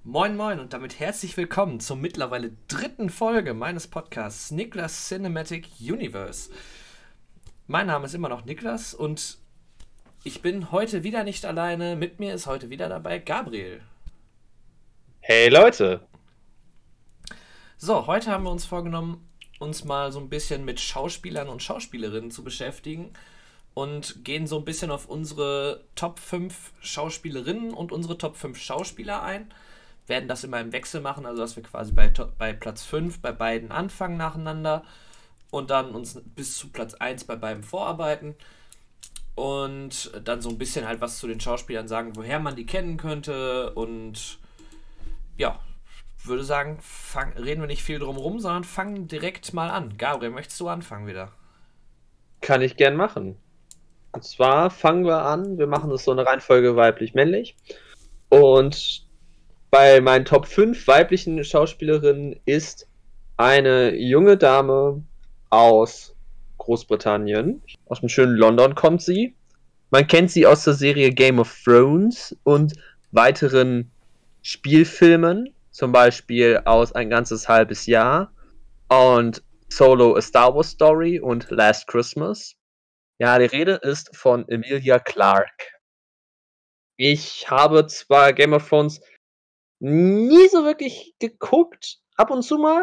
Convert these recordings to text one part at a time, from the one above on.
Moin Moin und damit herzlich willkommen zur mittlerweile dritten Folge meines Podcasts Niklas Cinematic Universe. Mein Name ist immer noch Niklas und ich bin heute wieder nicht alleine. Mit mir ist heute wieder dabei Gabriel. Hey Leute, So, heute haben wir uns vorgenommen, uns mal so ein bisschen mit Schauspielern und Schauspielerinnen zu beschäftigen und gehen so ein bisschen auf unsere Top 5 Schauspielerinnen und unsere Top 5 Schauspieler ein. Werden das immer im Wechsel machen, also dass wir quasi bei Platz 5 bei beiden anfangen nacheinander und dann uns bis zu Platz eins bei beiden vorarbeiten und dann so ein bisschen halt was zu den Schauspielern sagen, woher man die kennen könnte und ja, würde sagen, reden wir nicht viel drum rum, sondern fangen direkt mal an. Gabriel, möchtest du anfangen wieder? kann ich gern machen. Und zwar fangen wir an, wir machen das so eine Reihenfolge weiblich-männlich. Und bei meinen Top 5 weiblichen Schauspielerinnen ist eine junge Dame aus Großbritannien. Aus dem schönen London kommt sie. Man kennt sie aus der Serie Game of Thrones und weiteren Spielfilmen, zum Beispiel aus Ein ganzes halbes Jahr und Solo A Star Wars Story und Last Christmas. Ja, die Rede ist von Emilia Clarke. Ich habe zwar Game of Thrones nie so wirklich geguckt, ab und zu mal.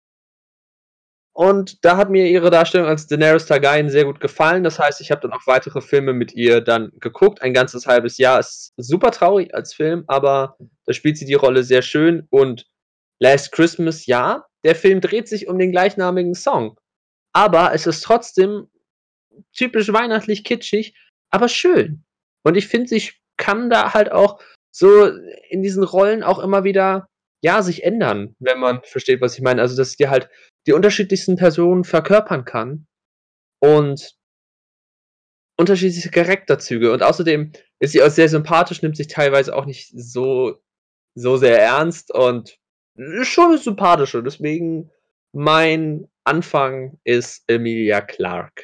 Und da hat mir ihre Darstellung als Daenerys Targaryen sehr gut gefallen. Das heißt, ich habe dann auch weitere Filme mit ihr dann geguckt. Ein ganzes halbes Jahr ist super traurig als Film, aber da spielt sie die Rolle sehr schön. Und Last Christmas, ja, der Film dreht sich um den gleichnamigen Song. Aber es ist trotzdem typisch weihnachtlich kitschig, aber schön. Und ich finde, sie kann da halt auch so in diesen Rollen auch immer wieder, ja, sich ändern, wenn man versteht, was ich meine. Also, dass sie halt die unterschiedlichsten Personen verkörpern kann und unterschiedliche Charakterzüge. Und außerdem ist sie auch sehr sympathisch, nimmt sich teilweise auch nicht so sehr ernst und ist schon eine sympathische. Deswegen mein Anfang ist Emilia Clarke.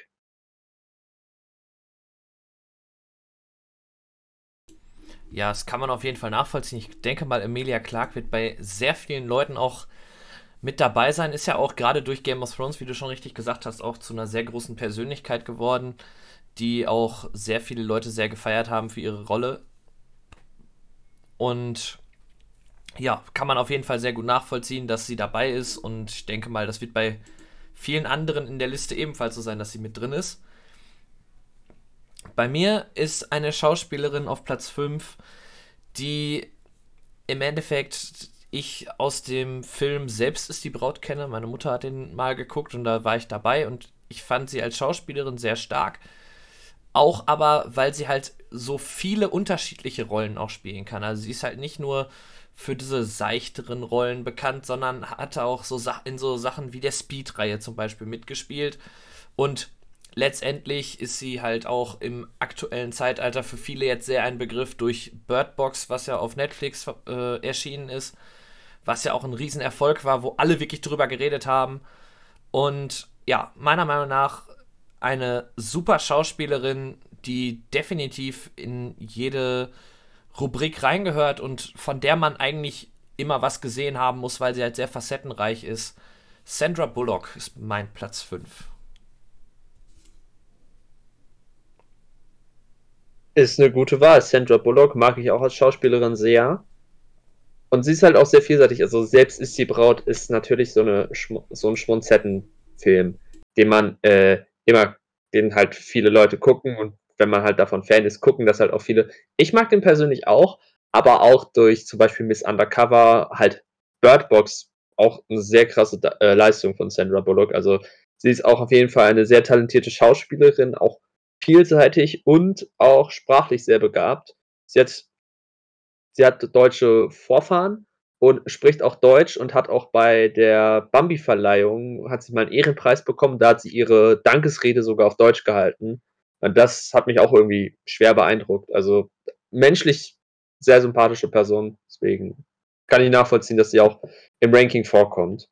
Ja, das kann man auf jeden Fall nachvollziehen. Ich denke mal, Emilia Clarke wird bei sehr vielen Leuten auch mit dabei sein. Ist ja auch gerade durch Game of Thrones, wie du schon richtig gesagt hast, auch zu einer sehr großen Persönlichkeit geworden, die auch sehr viele Leute sehr gefeiert haben für ihre Rolle. Und ja, kann man auf jeden Fall sehr gut nachvollziehen, dass sie dabei ist. Und ich denke mal, das wird bei vielen anderen in der Liste ebenfalls so sein, dass sie mit drin ist. Bei mir ist eine Schauspielerin auf Platz 5, die im Endeffekt ich aus dem Film Selbst ist die Braut kenne. Meine Mutter hat den mal geguckt und da war ich dabei und ich fand sie als Schauspielerin sehr stark. Auch aber, weil sie halt so viele unterschiedliche Rollen auch spielen kann. Also sie ist halt nicht nur für diese seichteren Rollen bekannt, sondern hatte auch so in so Sachen wie der Speed-Reihe zum Beispiel mitgespielt. Und letztendlich ist sie halt auch im aktuellen Zeitalter für viele jetzt sehr ein Begriff durch Bird Box, was ja auf Netflix erschienen ist, was ja auch ein Riesenerfolg war, wo alle wirklich drüber geredet haben. Und ja, meiner Meinung nach eine super Schauspielerin, die definitiv in jede Rubrik reingehört und von der man eigentlich immer was gesehen haben muss, weil sie halt sehr facettenreich ist. Sandra Bullock ist mein Platz 5. Ist eine gute Wahl. Sandra Bullock mag ich auch als Schauspielerin sehr. Und sie ist halt auch sehr vielseitig. Also selbst ist die Braut ist natürlich so ein Schmonzettenfilm, den man immer, den halt viele Leute gucken und wenn man halt davon Fan ist, gucken das halt auch viele. Ich mag den persönlich auch, aber auch durch zum Beispiel Miss Undercover, halt Bird Box, auch eine sehr krasse Leistung von Sandra Bullock. Also sie ist auch auf jeden Fall eine sehr talentierte Schauspielerin, auch vielseitig und auch sprachlich sehr begabt. Sie hat Sie hat deutsche Vorfahren und spricht auch Deutsch und hat auch bei der Bambi-Verleihung hat sie mal einen Ehrenpreis bekommen. Da hat sie ihre Dankesrede sogar auf Deutsch gehalten. Und das hat mich auch irgendwie schwer beeindruckt. Also menschlich sehr sympathische Person. Deswegen kann ich nachvollziehen, dass sie auch im Ranking vorkommt.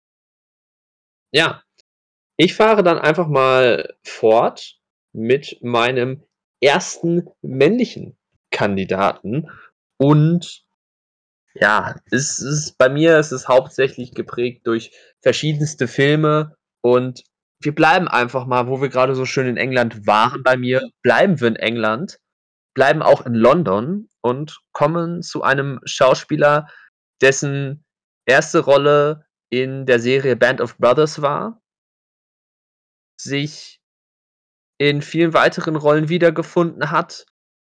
Ja, ich fahre dann einfach mal fort mit meinem ersten männlichen Kandidaten. Und Ja, bei mir ist es hauptsächlich geprägt durch verschiedenste Filme und wir bleiben einfach mal, wo wir gerade so schön in England waren bei mir, bleiben wir in England, bleiben auch in London und kommen zu einem Schauspieler, dessen erste Rolle in der Serie Band of Brothers war, sich in vielen weiteren Rollen wiedergefunden hat,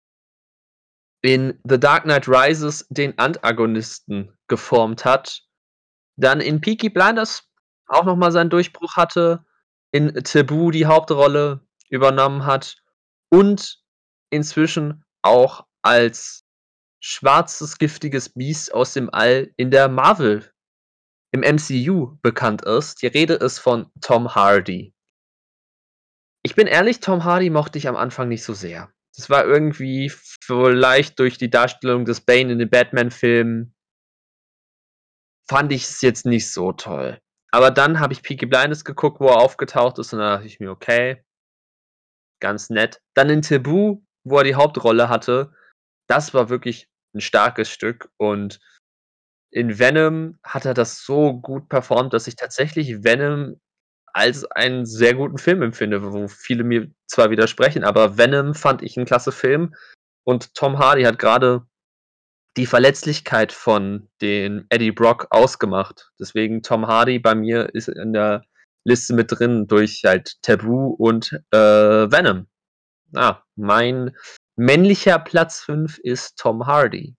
in The Dark Knight Rises den Antagonisten geformt hat, dann in Peaky Blinders auch noch mal seinen Durchbruch hatte, in Taboo die Hauptrolle übernommen hat und inzwischen auch als schwarzes, giftiges Biest aus dem All in der Marvel im MCU bekannt ist. Die Rede ist von Tom Hardy. Ich bin ehrlich, Tom Hardy mochte ich am Anfang nicht so sehr. Das war irgendwie vielleicht durch die Darstellung des Bane in den Batman-Filmen fand ich es jetzt nicht so toll. Aber dann habe ich Peaky Blinders geguckt, wo er aufgetaucht ist und da dachte ich mir: „Okay, ganz nett.“ Dann in Taboo, wo er die Hauptrolle hatte, das war wirklich 'n starkes Stück und in Venom hat er das so gut performt, dass ich tatsächlich Venom als einen sehr guten Film empfinde, wo viele mir zwar widersprechen, aber Venom fand ich 'n klasse Film und Tom Hardy hat grade die Verletzlichkeit von den Eddie Brock ausgemacht. Deswegen Tom Hardy bei mir ist in der Liste mit drin durch halt Taboo und, Venom. Mein männlicher Platz 5 ist Tom Hardy.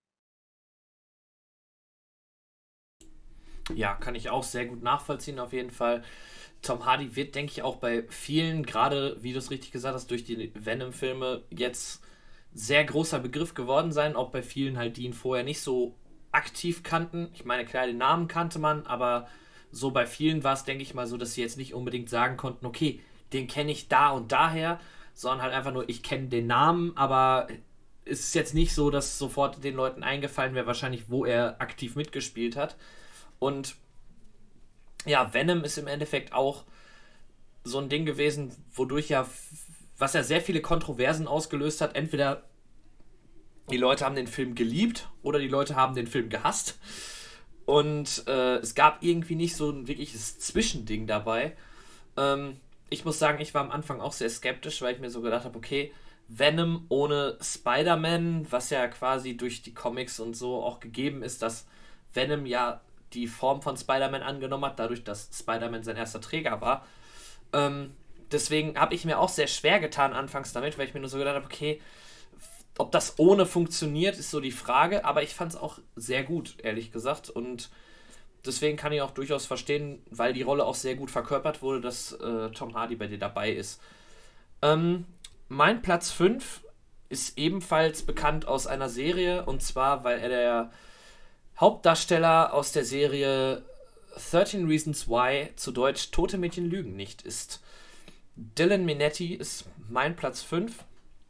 Ja, kann ich auch sehr gut nachvollziehen, auf jeden Fall. Tom Hardy wird, denke ich, auch bei vielen, gerade wie du es richtig gesagt hast, durch die Venom-Filme jetzt sehr großer Begriff geworden sein. Auch bei vielen halt, die ihn vorher nicht so aktiv kannten. Ich meine, klar, den Namen kannte man, aber so bei vielen war es, denke ich mal, so, dass sie jetzt nicht unbedingt sagen konnten, okay, den kenne ich da und daher, sondern halt einfach nur, ich kenne den Namen, aber es ist jetzt nicht so, dass sofort den Leuten eingefallen wäre, wahrscheinlich, wo er aktiv mitgespielt hat. Und ja, Venom ist im Endeffekt auch so ein Ding gewesen, wodurch ja, was ja sehr viele Kontroversen ausgelöst hat. Entweder die Leute haben den Film geliebt oder die Leute haben den Film gehasst. Und es gab irgendwie nicht so ein wirkliches Zwischending dabei. Ich muss sagen, ich war am Anfang auch sehr skeptisch, weil ich mir so gedacht habe, okay, Venom ohne Spider-Man, was ja quasi durch die Comics und so auch gegeben ist, dass Venom ja die Form von Spider-Man angenommen hat, dadurch, dass Spider-Man sein erster Träger war. Deswegen habe ich mir auch sehr schwer getan anfangs damit, weil ich mir nur so gedacht habe, okay, ob das ohne funktioniert, ist so die Frage, aber ich fand es auch sehr gut, ehrlich gesagt. Und deswegen kann ich auch durchaus verstehen, weil die Rolle auch sehr gut verkörpert wurde, dass Tom Hardy bei dir dabei ist. Ähm, Mein Platz 5 ist ebenfalls bekannt aus einer Serie, und zwar, weil er der Hauptdarsteller aus der Serie 13 Reasons Why, zu Deutsch Tote Mädchen lügen nicht, ist. Dylan Minetti ist mein Platz 5.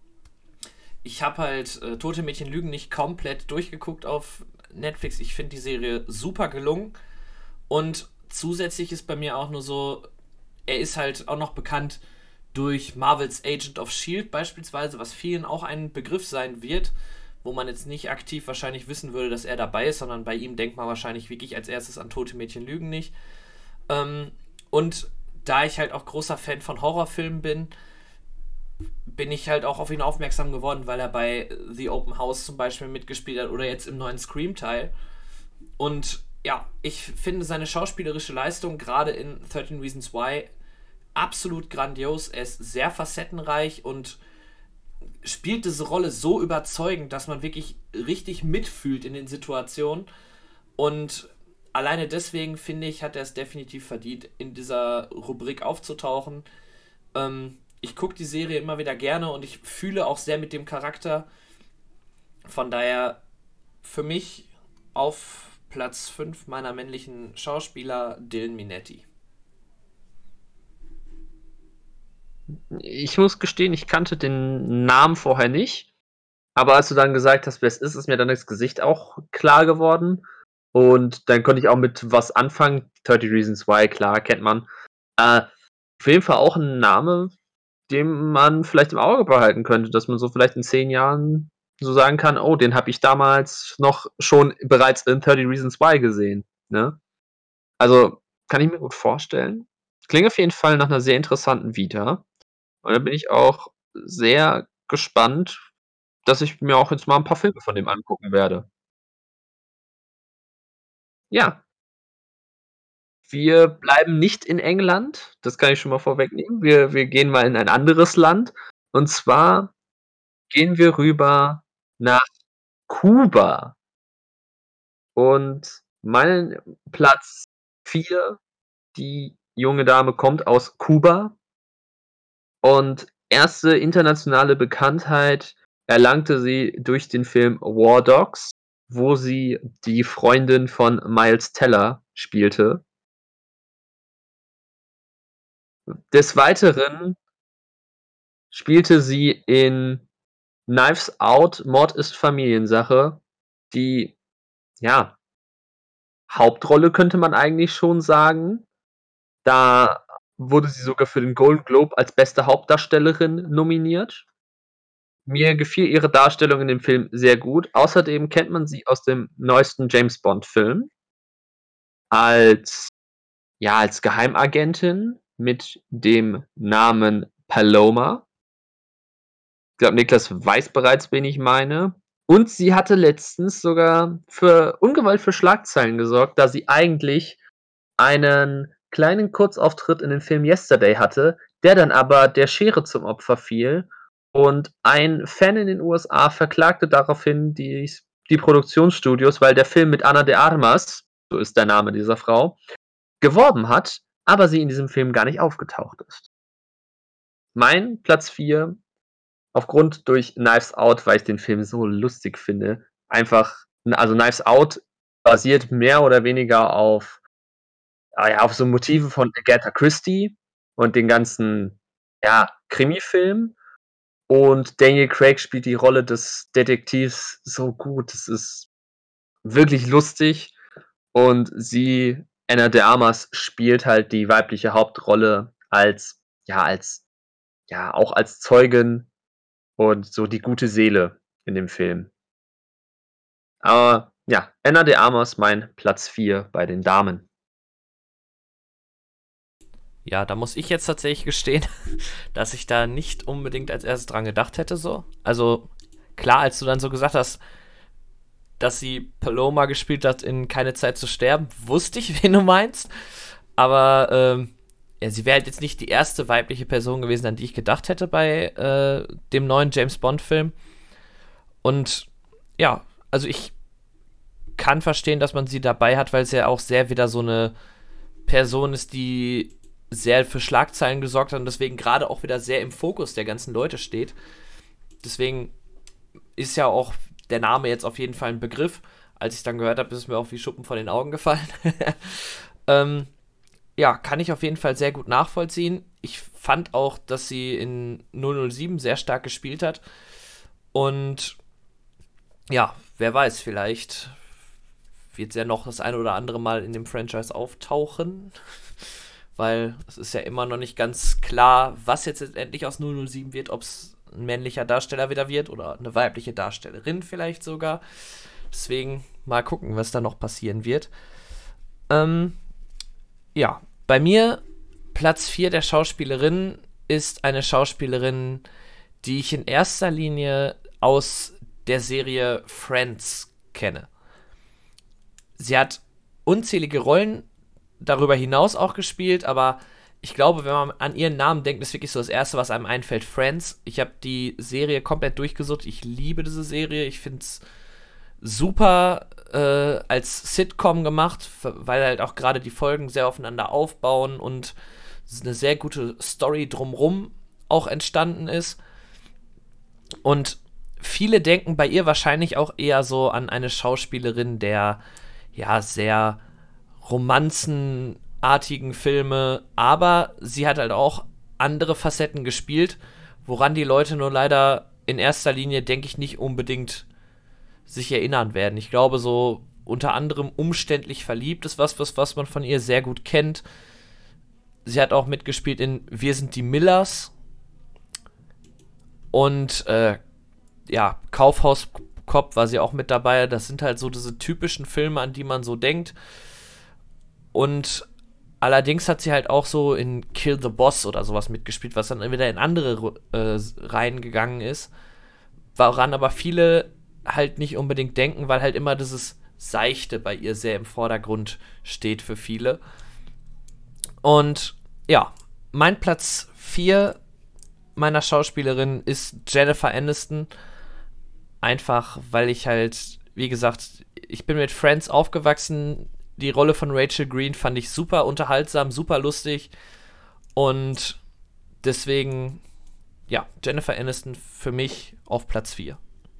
Ich habe halt Tote Mädchen lügen nicht komplett durchgeguckt auf Netflix. Ich finde die Serie super gelungen. Und zusätzlich ist bei mir auch nur so, er ist halt auch noch bekannt durch Marvels Agent of Shield beispielsweise, was vielen auch ein Begriff sein wird, wo man jetzt nicht aktiv wahrscheinlich wissen würde, dass er dabei ist, sondern bei ihm denkt man wahrscheinlich wirklich als erstes an Tote Mädchen lügen nicht. Und da ich halt auch großer Fan von Horrorfilmen bin ich halt auch auf ihn aufmerksam geworden, weil er bei The Open House zum Beispiel mitgespielt hat oder jetzt im neuen Scream-Teil. Und ja, ich finde seine schauspielerische Leistung gerade in 13 Reasons Why absolut grandios. Er ist sehr facettenreich und spielt diese Rolle so überzeugend, dass man wirklich richtig mitfühlt in den Situationen. Und alleine deswegen finde ich, hat er es definitiv verdient, in dieser Rubrik aufzutauchen. Ich gucke die Serie immer wieder gerne und ich fühle auch sehr mit dem Charakter. Von daher für mich auf Platz 5 meiner männlichen Schauspieler Dylan Minetti. Ich muss gestehen, ich kannte den Namen vorher nicht, aber als du dann gesagt hast, wer es ist mir dann das Gesicht auch klar geworden und dann konnte ich auch mit was anfangen. 30 Reasons Why, klar, kennt man. Auf jeden Fall auch ein Name, den man vielleicht im Auge behalten könnte, dass man so vielleicht in 10 Jahren so sagen kann, oh, den habe ich damals noch schon bereits in 30 Reasons Why gesehen, ne? Also, kann ich mir gut vorstellen. Klingt auf jeden Fall nach einer sehr interessanten Vita. Und da bin ich auch sehr gespannt, dass ich mir auch jetzt mal ein paar Filme von dem angucken werde. Ja, wir bleiben nicht in England, das kann ich schon mal vorwegnehmen. Wir gehen mal in ein anderes Land. Und zwar gehen wir rüber nach Kuba. Und mein Platz 4, die junge Dame kommt aus Kuba und erste internationale Bekanntheit erlangte sie durch den Film War Dogs, wo sie die Freundin von Miles Teller spielte. Des Weiteren spielte sie in Knives Out, Mord ist Familiensache, die, ja, Hauptrolle könnte man eigentlich schon sagen. Da wurde sie sogar für den Golden Globe als beste Hauptdarstellerin nominiert. Mir gefiel ihre Darstellung in dem Film sehr gut. Außerdem kennt man sie aus dem neuesten James-Bond-Film als als Geheimagentin mit dem Namen Paloma. Ich glaube, Niklas weiß bereits, wen ich meine. Und sie hatte letztens sogar für ungewollt für Schlagzeilen gesorgt, da sie eigentlich einen kleinen Kurzauftritt in dem Film Yesterday hatte, der dann aber der Schere zum Opfer fiel und ein Fan in den USA verklagte daraufhin die Produktionsstudios, weil der Film mit Ana de Armas, so ist der Name dieser Frau, geworben hat, aber sie in diesem Film gar nicht aufgetaucht ist. Mein Platz 4 aufgrund durch Knives Out, weil ich den Film so lustig finde, einfach also Knives Out basiert mehr oder weniger auf so Motiven von Agatha Christie und den ganzen, Krimifilmen. Und Daniel Craig spielt die Rolle des Detektivs so gut. Das ist wirklich lustig. Und Ana de Armas, spielt halt die weibliche Hauptrolle auch als Zeugin und so die gute Seele in dem Film. Aber ja, Ana de Armas mein Platz 4 bei den Damen. Ja, da muss ich jetzt tatsächlich gestehen, dass ich da nicht unbedingt als erstes dran gedacht hätte, so. Also, klar, als du dann so gesagt hast, dass sie Paloma gespielt hat in Keine Zeit zu sterben, wusste ich, wen du meinst. Aber ja, sie wäre halt jetzt nicht die erste weibliche Person gewesen, an die ich gedacht hätte bei dem neuen James Bond-Film. Und ja, also ich kann verstehen, dass man sie dabei hat, weil es ja auch sehr wieder so eine Person ist, die sehr für Schlagzeilen gesorgt hat und deswegen gerade auch wieder sehr im Fokus der ganzen Leute steht. Deswegen ist ja auch der Name jetzt auf jeden Fall ein Begriff. Als ich es dann gehört habe, ist es mir auch wie Schuppen von den Augen gefallen. Ja, kann ich auf jeden Fall sehr gut nachvollziehen. Ich fand auch, dass sie in 007 sehr stark gespielt hat. Und ja, wer weiß, vielleicht wird sie ja noch das ein oder andere Mal in dem Franchise auftauchen. Weil es ist ja immer noch nicht ganz klar, was jetzt letztendlich aus 007 wird, ob es ein männlicher Darsteller wieder wird oder eine weibliche Darstellerin vielleicht sogar. Deswegen mal gucken, was da noch passieren wird. Ja, bei mir Platz 4 der Schauspielerin ist eine Schauspielerin, die ich in erster Linie aus der Serie Friends kenne. Sie hat unzählige Rollen darüber hinaus auch gespielt, aber ich glaube, wenn man an ihren Namen denkt, ist wirklich so das Erste, was einem einfällt, Friends. Ich habe die Serie komplett durchgesucht. Ich liebe diese Serie. Ich finde es super als Sitcom gemacht, weil halt auch gerade die Folgen sehr aufeinander aufbauen und eine sehr gute Story drumrum auch entstanden ist. Und viele denken bei ihr wahrscheinlich auch eher so an eine Schauspielerin der sehr romanzenartigen Filme, aber sie hat halt auch andere Facetten gespielt, woran die Leute nur leider in erster Linie, denke ich, nicht unbedingt sich erinnern werden. Ich glaube, so unter anderem Umständlich verliebt ist was man von ihr sehr gut kennt. Sie hat auch mitgespielt in Wir sind die Millers und ja, Kaufhaus-Cop war sie auch mit dabei. Das sind halt so diese typischen Filme, an die man so denkt. Und allerdings hat sie halt auch so in Kill the Boss oder sowas mitgespielt, was dann wieder in andere Reihen gegangen ist. Woran aber viele halt nicht unbedingt denken, weil halt immer dieses Seichte bei ihr sehr im Vordergrund steht für viele. Und ja, mein Platz 4 meiner Schauspielerin ist Jennifer Aniston. Einfach, weil ich halt, wie gesagt, ich bin mit Friends aufgewachsen. Die Rolle von Rachel Green fand ich super unterhaltsam, super lustig. Und deswegen, ja, Jennifer Aniston für mich auf Platz 4.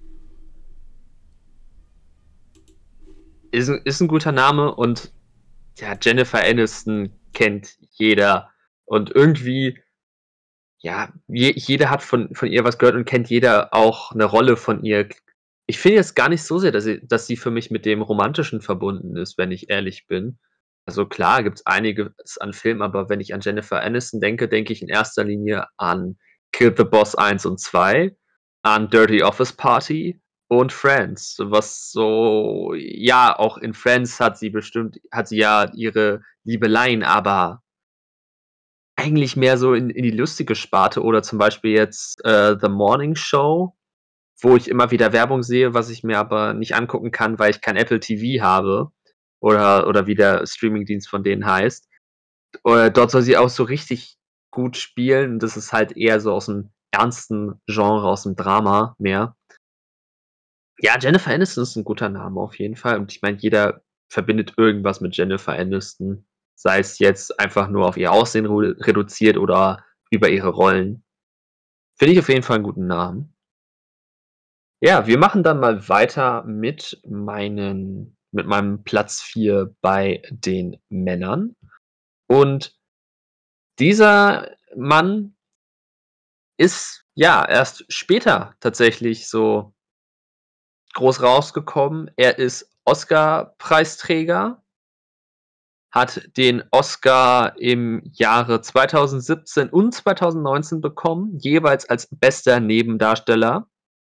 Ist ein guter Name und ja, Jennifer Aniston kennt jeder. Und irgendwie, ja, jeder hat von ihr was gehört und kennt jeder auch eine Rolle von ihr. Ich finde jetzt gar nicht so sehr, dass sie für mich mit dem Romantischen verbunden ist, wenn ich ehrlich bin. Also klar, gibt es einiges an Filmen, aber wenn ich an Jennifer Aniston denke, denke ich in erster Linie an Kill the Boss 1 und 2, an Dirty Office Party und Friends. Was so, ja, auch in Friends hat sie ja ihre Liebeleien, aber eigentlich mehr so in die lustige Sparte oder zum Beispiel jetzt The Morning Show, wo ich immer wieder Werbung sehe, was ich mir aber nicht angucken kann, weil ich kein Apple TV habe oder wie der Streamingdienst von denen heißt. Dort soll sie auch so richtig gut spielen. Das ist halt eher so aus dem ernsten Genre, aus dem Drama mehr. Ja, Jennifer Aniston ist ein guter Name auf jeden Fall. Und ich meine, jeder verbindet irgendwas mit Jennifer Aniston. Sei es jetzt einfach nur auf ihr Aussehen reduziert oder über ihre Rollen. Finde ich auf jeden Fall einen guten Namen. Ja, wir machen dann mal weiter mit meinem Platz 4 bei den Männern. Und dieser Mann ist ja erst später tatsächlich so groß rausgekommen. Er ist Oscar-Preisträger, hat den Oscar im Jahre 2017 und 2019 bekommen, jeweils als bester Nebendarsteller.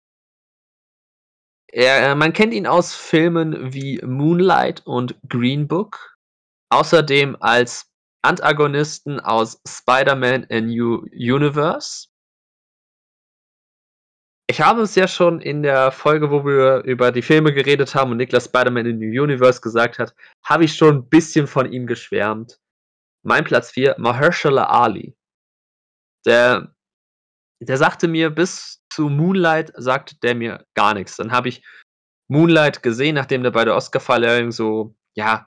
Man kennt ihn aus Filmen wie Moonlight und Green Book, außerdem als Antagonisten aus Spider-Man: A New Universe. Ich habe es ja schon in der Folge, wo wir über die Filme geredet haben und Niklas Spider-Man: A New Universe gesagt hat, habe ich schon ein bisschen von ihm geschwärmt. Mein Platz 4, Mahershala Ali. Der der sagte mir bis zu Moonlight sagte der mir gar nichts. Dann habe ich Moonlight gesehen, nachdem der bei der Oscarverleihung so, ja,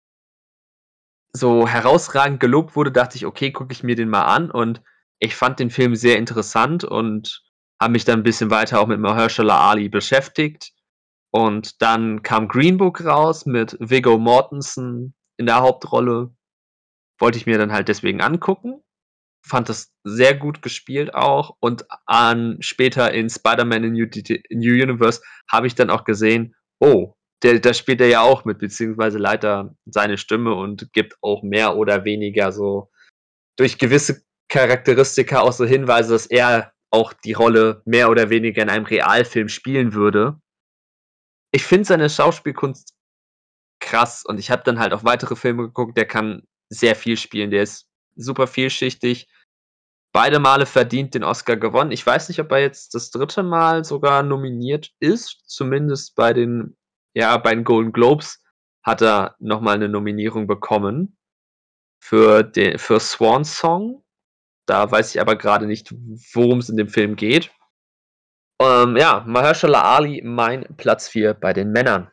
so herausragend gelobt wurde, dachte ich: „Okay, gucke ich mir den mal an." Und ich fand den Film sehr interessant und habe mich dann 'n bisschen weiter auch mit Mahershala Ali beschäftigt. Und dann kam Green Book raus mit Viggo Mortensen in der Hauptrolle. Wollte ich mir dann halt deswegen angucken. Fand das sehr gut gespielt auch und an später in Spider-Man: New Universe habe ich dann auch gesehen, oh, da spielt er ja auch mit, beziehungsweise leiht er seine Stimme und gibt auch mehr oder weniger so durch gewisse Charakteristika auch so Hinweise, dass er auch die Rolle mehr oder weniger in einem Realfilm spielen würde. Ich finde seine Schauspielkunst krass und ich habe dann halt auch weitere Filme geguckt, der kann sehr viel spielen, der ist super vielschichtig. Beide Male verdient den Oscar gewonnen. Ich weiß nicht, ob er jetzt das dritte Mal sogar nominiert ist. Zumindest bei den Golden Globes hat er noch mal 'ne Nominierung bekommen für Swan Song. Da weiß ich aber gerade nicht, worum es in dem Film geht. Ja, Mahershala Ali, mein Platz 4 bei den Männern.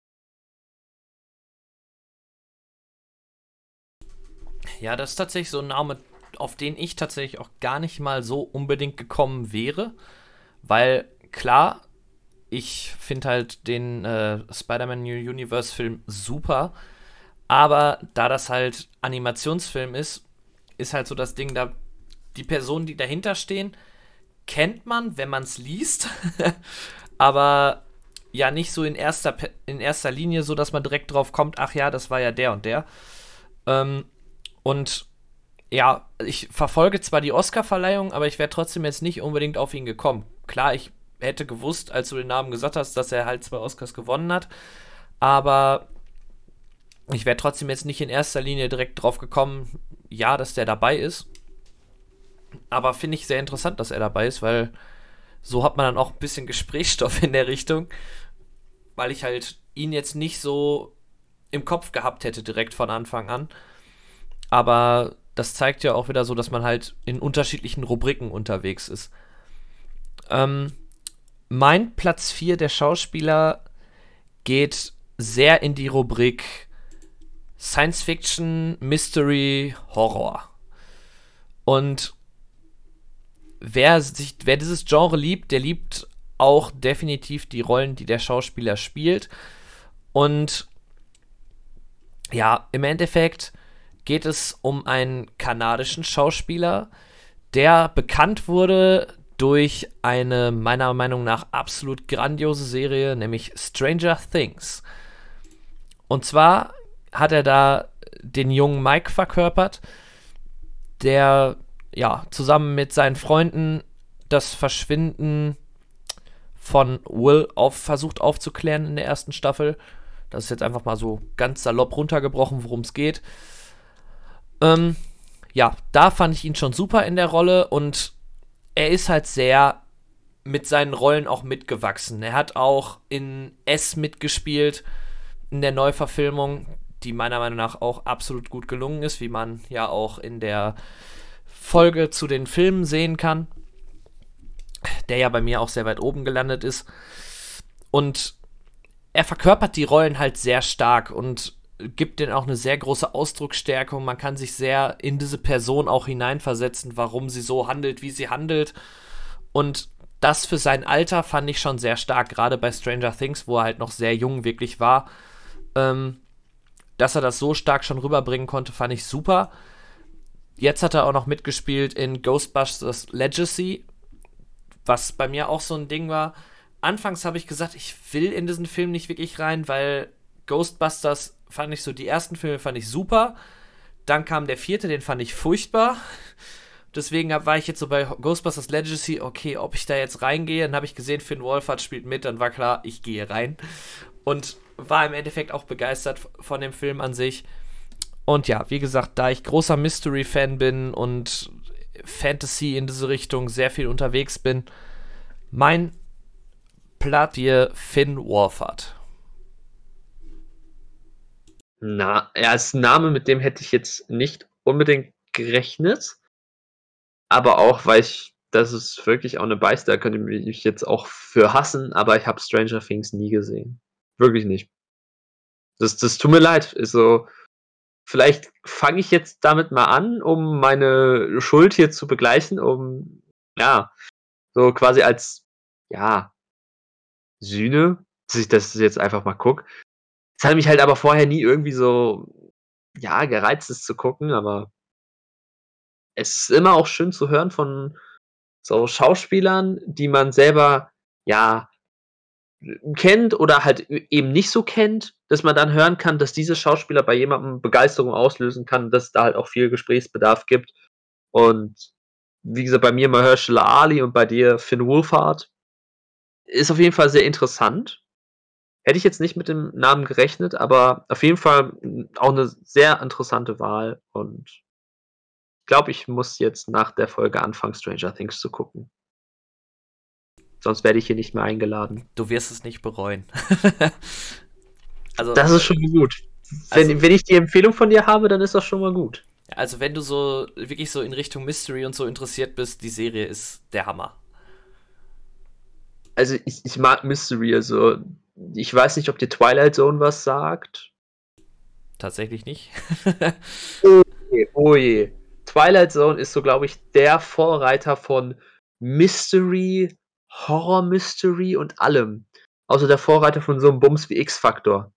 Ja, das ist tatsächlich so ein Name, auf den ich tatsächlich auch gar nicht mal so unbedingt gekommen wäre, weil klar, ich finde halt den Spider-Man New Universe Film super, aber da das halt Animationsfilm ist, ist halt so das Ding, da die Personen, die dahinter stehen, kennt man, wenn man es liest, aber ja nicht so in erster Linie, so dass man direkt drauf kommt, ach ja, das war ja der und der. Ähm, und ja, ich verfolge zwar die Oscar-Verleihung, aber ich wäre trotzdem jetzt nicht unbedingt auf ihn gekommen. Klar, ich hätte gewusst, als du den Namen gesagt hast, dass er halt 2 Oscars gewonnen hat. Aber ich wäre trotzdem jetzt nicht in erster Linie direkt drauf gekommen, ja, dass der dabei ist. Aber finde ich sehr interessant, dass er dabei ist, weil so hat man dann auch ein bisschen Gesprächsstoff in der Richtung, weil ich halt ihn jetzt nicht so im Kopf gehabt hätte direkt von Anfang an. Aber das zeigt ja auch wieder so, dass man halt in unterschiedlichen Rubriken unterwegs ist. Ähm, Mein Platz 4 der Schauspieler geht sehr in die Rubrik Science Fiction, Mystery, Horror. Und wer dieses Genre liebt, der liebt auch definitiv die Rollen, die der Schauspieler spielt. Und ja, im Endeffekt geht es um einen kanadischen Schauspieler, der bekannt wurde durch eine meiner Meinung nach absolut grandiose Serie, nämlich Stranger Things. Und zwar hat er da den jungen Mike verkörpert, der ja zusammen mit seinen Freunden das Verschwinden von Will versucht aufzuklären in der ersten Staffel. Das ist jetzt einfach mal so ganz salopp runtergebrochen, worum es geht. Ja, da fand ich ihn schon super in der Rolle und er ist halt sehr mit seinen Rollen auch mitgewachsen. Er hat auch in S mitgespielt, in der Neuverfilmung, die meiner Meinung nach auch absolut gut gelungen ist, wie man ja auch in der Folge zu den Filmen sehen kann, der ja bei mir auch sehr weit oben gelandet ist. Und er verkörpert die Rollen halt sehr stark und gibt denen auch eine sehr große Ausdrucksstärke und man kann sich sehr in diese Person auch hineinversetzen, warum sie so handelt, wie sie handelt. Und das für sein Alter fand ich schon sehr stark, gerade bei Stranger Things, wo er halt noch sehr jung wirklich war. Dass er das so stark schon rüberbringen konnte, fand ich super. Jetzt hat er auch noch mitgespielt in Ghostbusters Legacy, was bei mir auch so ein Ding war. Anfangs habe ich gesagt, ich will in diesen Film nicht wirklich rein, weil Ghostbusters fand ich so, die ersten Filme fand ich super. Dann kam der 4., den fand ich furchtbar. Deswegen war ich jetzt so bei Ghostbusters Legacy, okay, ob ich da jetzt reingehe. Dann habe ich gesehen, Finn Wolfhard spielt mit, dann war klar, ich gehe rein. Und war im Endeffekt auch begeistert von dem Film an sich. Und ja, wie gesagt, da ich großer Mystery-Fan bin und Fantasy in diese Richtung sehr viel unterwegs bin, mein Platz hier Finn Wolfhard. Na, er ist ein Name, mit dem hätte ich jetzt nicht unbedingt gerechnet. Aber auch, weil das ist wirklich auch eine Beiße, da könnt ihr mich jetzt auch für hassen, aber ich habe Stranger Things nie gesehen. Wirklich nicht. Das tut mir leid. Also, vielleicht fange ich jetzt damit mal an, um meine Schuld hier zu begleichen, um, ja, so quasi als, ja, Sühne, dass ich das jetzt einfach mal gucke. Es hat mich halt aber vorher nie irgendwie so, ja, gereizt, es zu gucken, aber es ist immer auch schön zu hören von so Schauspielern, die man selber, ja, kennt oder halt eben nicht so kennt, dass man dann hören kann, dass diese Schauspieler bei jemandem Begeisterung auslösen kann, dass es da halt auch viel Gesprächsbedarf gibt. Und wie gesagt, bei mir Mahershala Ali und bei dir Finn Wolfhard. Ist auf jeden Fall sehr interessant. Hätte ich jetzt nicht mit dem Namen gerechnet, aber auf jeden Fall auch eine sehr interessante Wahl und ich glaube, ich muss jetzt nach der Folge anfangen, Stranger Things zu gucken. Sonst werde ich hier nicht mehr eingeladen. Du wirst es nicht bereuen. Also, Das ist schon gut. Wenn ich die Empfehlung von dir habe, dann ist das schon mal gut. also wenn du so wirklich so in Richtung Mystery und so interessiert bist, die Serie ist der Hammer. Also ich mag Mystery, also ich weiß nicht, ob dir Twilight Zone was sagt. Tatsächlich nicht. Oh je, oh je. Twilight Zone ist so, glaube ich, der Vorreiter von Mystery, Horror-Mystery und allem. Also der Vorreiter von so einem Bums wie X-Factor.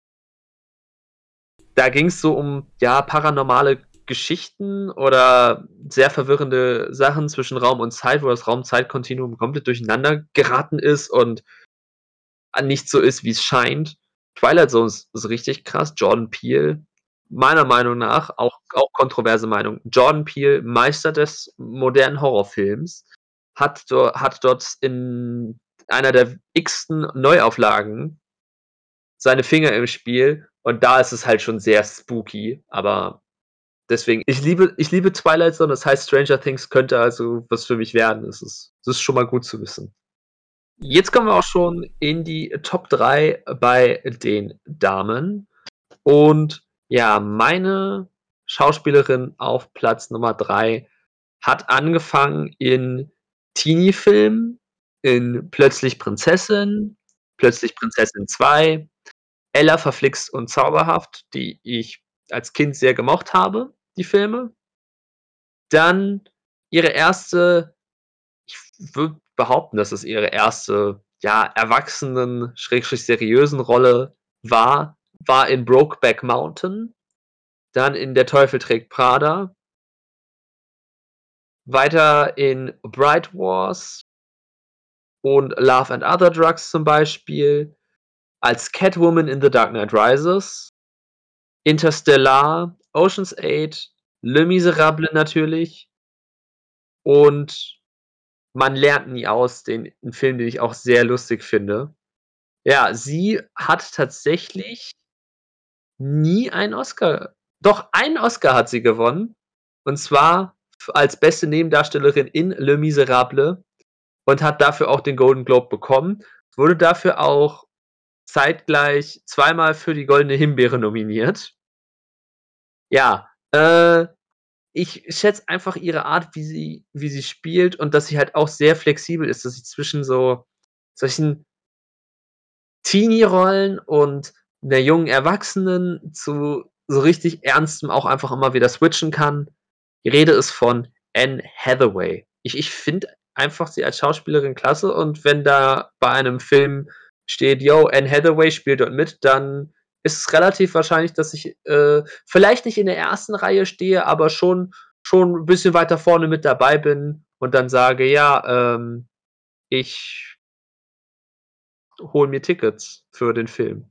Da ging es so um, ja, paranormale Geschichten oder sehr verwirrende Sachen zwischen Raum und Zeit, wo das Raum-Zeit-Kontinuum komplett durcheinander geraten ist und nicht so ist, wie es scheint. Twilight Zone ist richtig krass. Jordan Peele, meiner Meinung nach, auch kontroverse Meinung, Jordan Peele, Meister des modernen Horrorfilms, hat dort in einer der x-ten Neuauflagen seine Finger im Spiel und da ist es halt schon sehr spooky, aber deswegen, ich liebe Twilight Zone, das heißt, Stranger Things könnte also was für mich werden. Das ist schon mal gut zu wissen. Jetzt kommen wir auch schon in die Top 3 bei den Damen. Und ja, meine Schauspielerin auf Platz Nummer 3 hat angefangen in Teenie-Filmen, in Plötzlich Prinzessin, Plötzlich Prinzessin 2, Ella verflixt und zauberhaft, die ich als Kind sehr gemocht habe, die Filme. Dann ihre erste, ich würde behaupten, dass es ihre erste, ja, erwachsenen/seriösen Rolle war in Brokeback Mountain, dann in Der Teufel trägt Prada, weiter in Bright Wars und Love and Other Drugs zum Beispiel, als Catwoman in The Dark Knight Rises, Interstellar, Ocean's 8, Les Misérables natürlich und Man lernt nie aus, 'n Film, den ich auch sehr lustig finde. Ja, sie hat tatsächlich nie einen Oscar, doch, einen Oscar hat sie gewonnen, und zwar als beste Nebendarstellerin in Les Misérables und hat dafür auch den Golden Globe bekommen, wurde dafür auch zeitgleich zweimal für die Goldene Himbeere nominiert. Ja, ich schätze einfach ihre Art, wie sie spielt und dass sie halt auch sehr flexibel ist, dass sie zwischen so solchen Teenie-Rollen und 'ner jungen Erwachsenen zu so richtig Ernstem auch einfach immer wieder switchen kann. Die Rede ist von Anne Hathaway. Ich finde einfach sie als Schauspielerin klasse und wenn da bei einem Film steht: „Yo, Anne Hathaway spielt dort mit“, dann ist es relativ wahrscheinlich, dass ich, vielleicht nicht in der ersten Reihe stehe, aber schon 'n bisschen weiter vorne mit dabei bin und dann sage: „Ja, ich hole mir Tickets für den Film.“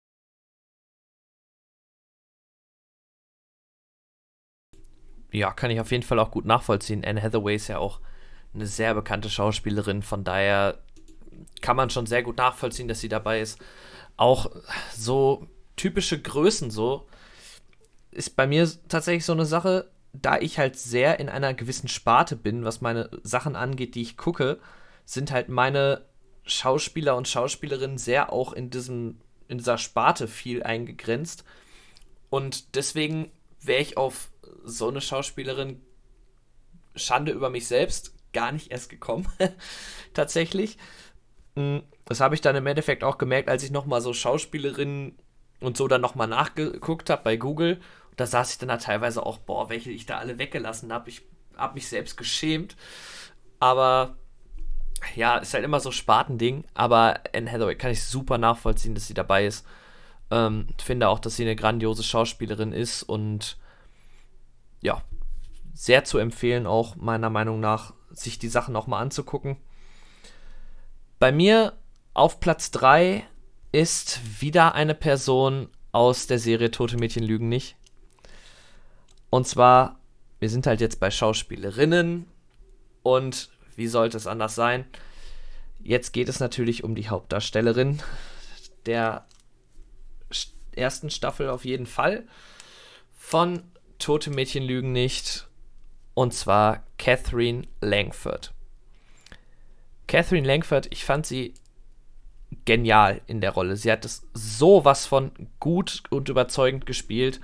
Ja, kann ich auf jeden Fall auch gut nachvollziehen. Anne Hathaway ist ja auch eine sehr bekannte Schauspielerin, von daher kann man schon sehr gut nachvollziehen, dass sie dabei ist. Auch so typische Größen so ist bei mir tatsächlich so eine Sache, da ich halt sehr in einer gewissen Sparte bin, was meine Sachen angeht, die ich gucke, sind halt meine Schauspieler und Schauspielerinnen sehr auch in dieser Sparte viel eingegrenzt. Und deswegen wäre ich auf so eine Schauspielerin, Schande über mich selbst, gar nicht erst gekommen. Tatsächlich. Das habe ich dann im Endeffekt auch gemerkt, als ich nochmal so Schauspielerinnen und so dann nochmal nachgeguckt habe bei Google. Und da saß ich dann da teilweise auch, boah, welche ich da alle weggelassen habe. Ich habe mich selbst geschämt. Aber ja, ist halt immer so Spartending. Aber Anne Hathaway kann ich super nachvollziehen, dass sie dabei ist. Finde auch, dass sie eine grandiose Schauspielerin ist und ja, sehr zu empfehlen, auch meiner Meinung nach, sich die Sachen auch mal anzugucken. Bei mir auf Platz 3 ist wieder eine Person aus der Serie Tote Mädchen lügen nicht. Und zwar, wir sind halt jetzt bei Schauspielerinnen und wie sollte es anders sein? Jetzt geht es natürlich um die Hauptdarstellerin der ersten Staffel auf jeden Fall von Tote Mädchen lügen nicht, und zwar Catherine Langford. Catherine Langford, ich fand sie genial in der Rolle. Sie hat es sowas von gut und überzeugend gespielt.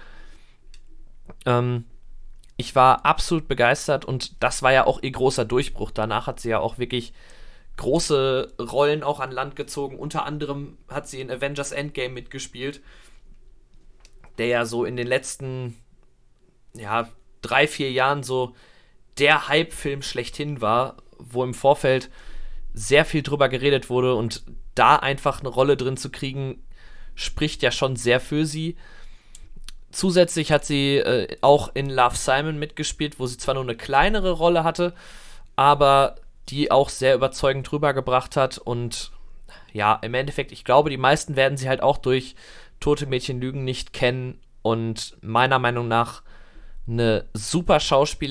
Ich war absolut begeistert und das war ja auch ihr großer Durchbruch. Danach hat sie ja auch wirklich große Rollen auch an Land gezogen. Unter anderem hat sie in Avengers Endgame mitgespielt, der ja so in den letzten, ja, 3, 4 Jahren so der Hype-Film schlechthin war, wo im Vorfeld sehr viel drüber geredet wurde und da einfach eine Rolle drin zu kriegen, spricht ja schon sehr für sie. Zusätzlich hat sie auch in Love, Simon mitgespielt, wo sie zwar nur eine kleinere Rolle hatte, aber die auch sehr überzeugend rübergebracht hat und ja, im Endeffekt, ich glaube, die meisten werden sie halt auch durch Tote Mädchen lügen nicht kennen und meiner Meinung nach eine super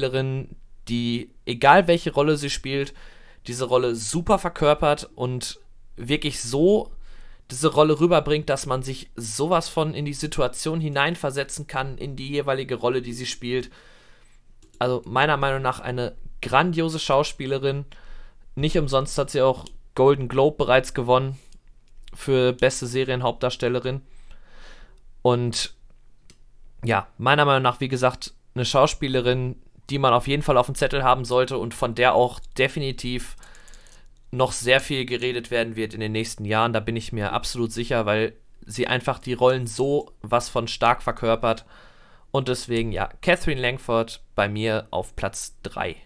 Schauspielerin, die, egal welche Rolle sie spielt, diese Rolle super verkörpert und wirklich so diese Rolle rüberbringt, dass man sich sowas von in die Situation hineinversetzen kann, in die jeweilige Rolle, die sie spielt. Also meiner Meinung nach eine grandiose Schauspielerin. Nicht umsonst hat sie auch Golden Globe bereits gewonnen für beste Serienhauptdarstellerin. Und ja, meiner Meinung nach, wie gesagt, eine Schauspielerin, die man auf jeden Fall auf dem Zettel haben sollte und von der auch definitiv noch sehr viel geredet werden wird in den nächsten Jahren. Da bin ich mir absolut sicher, weil sie einfach die Rollen so was von stark verkörpert. Und deswegen, ja, Catherine Langford bei mir auf Platz 3.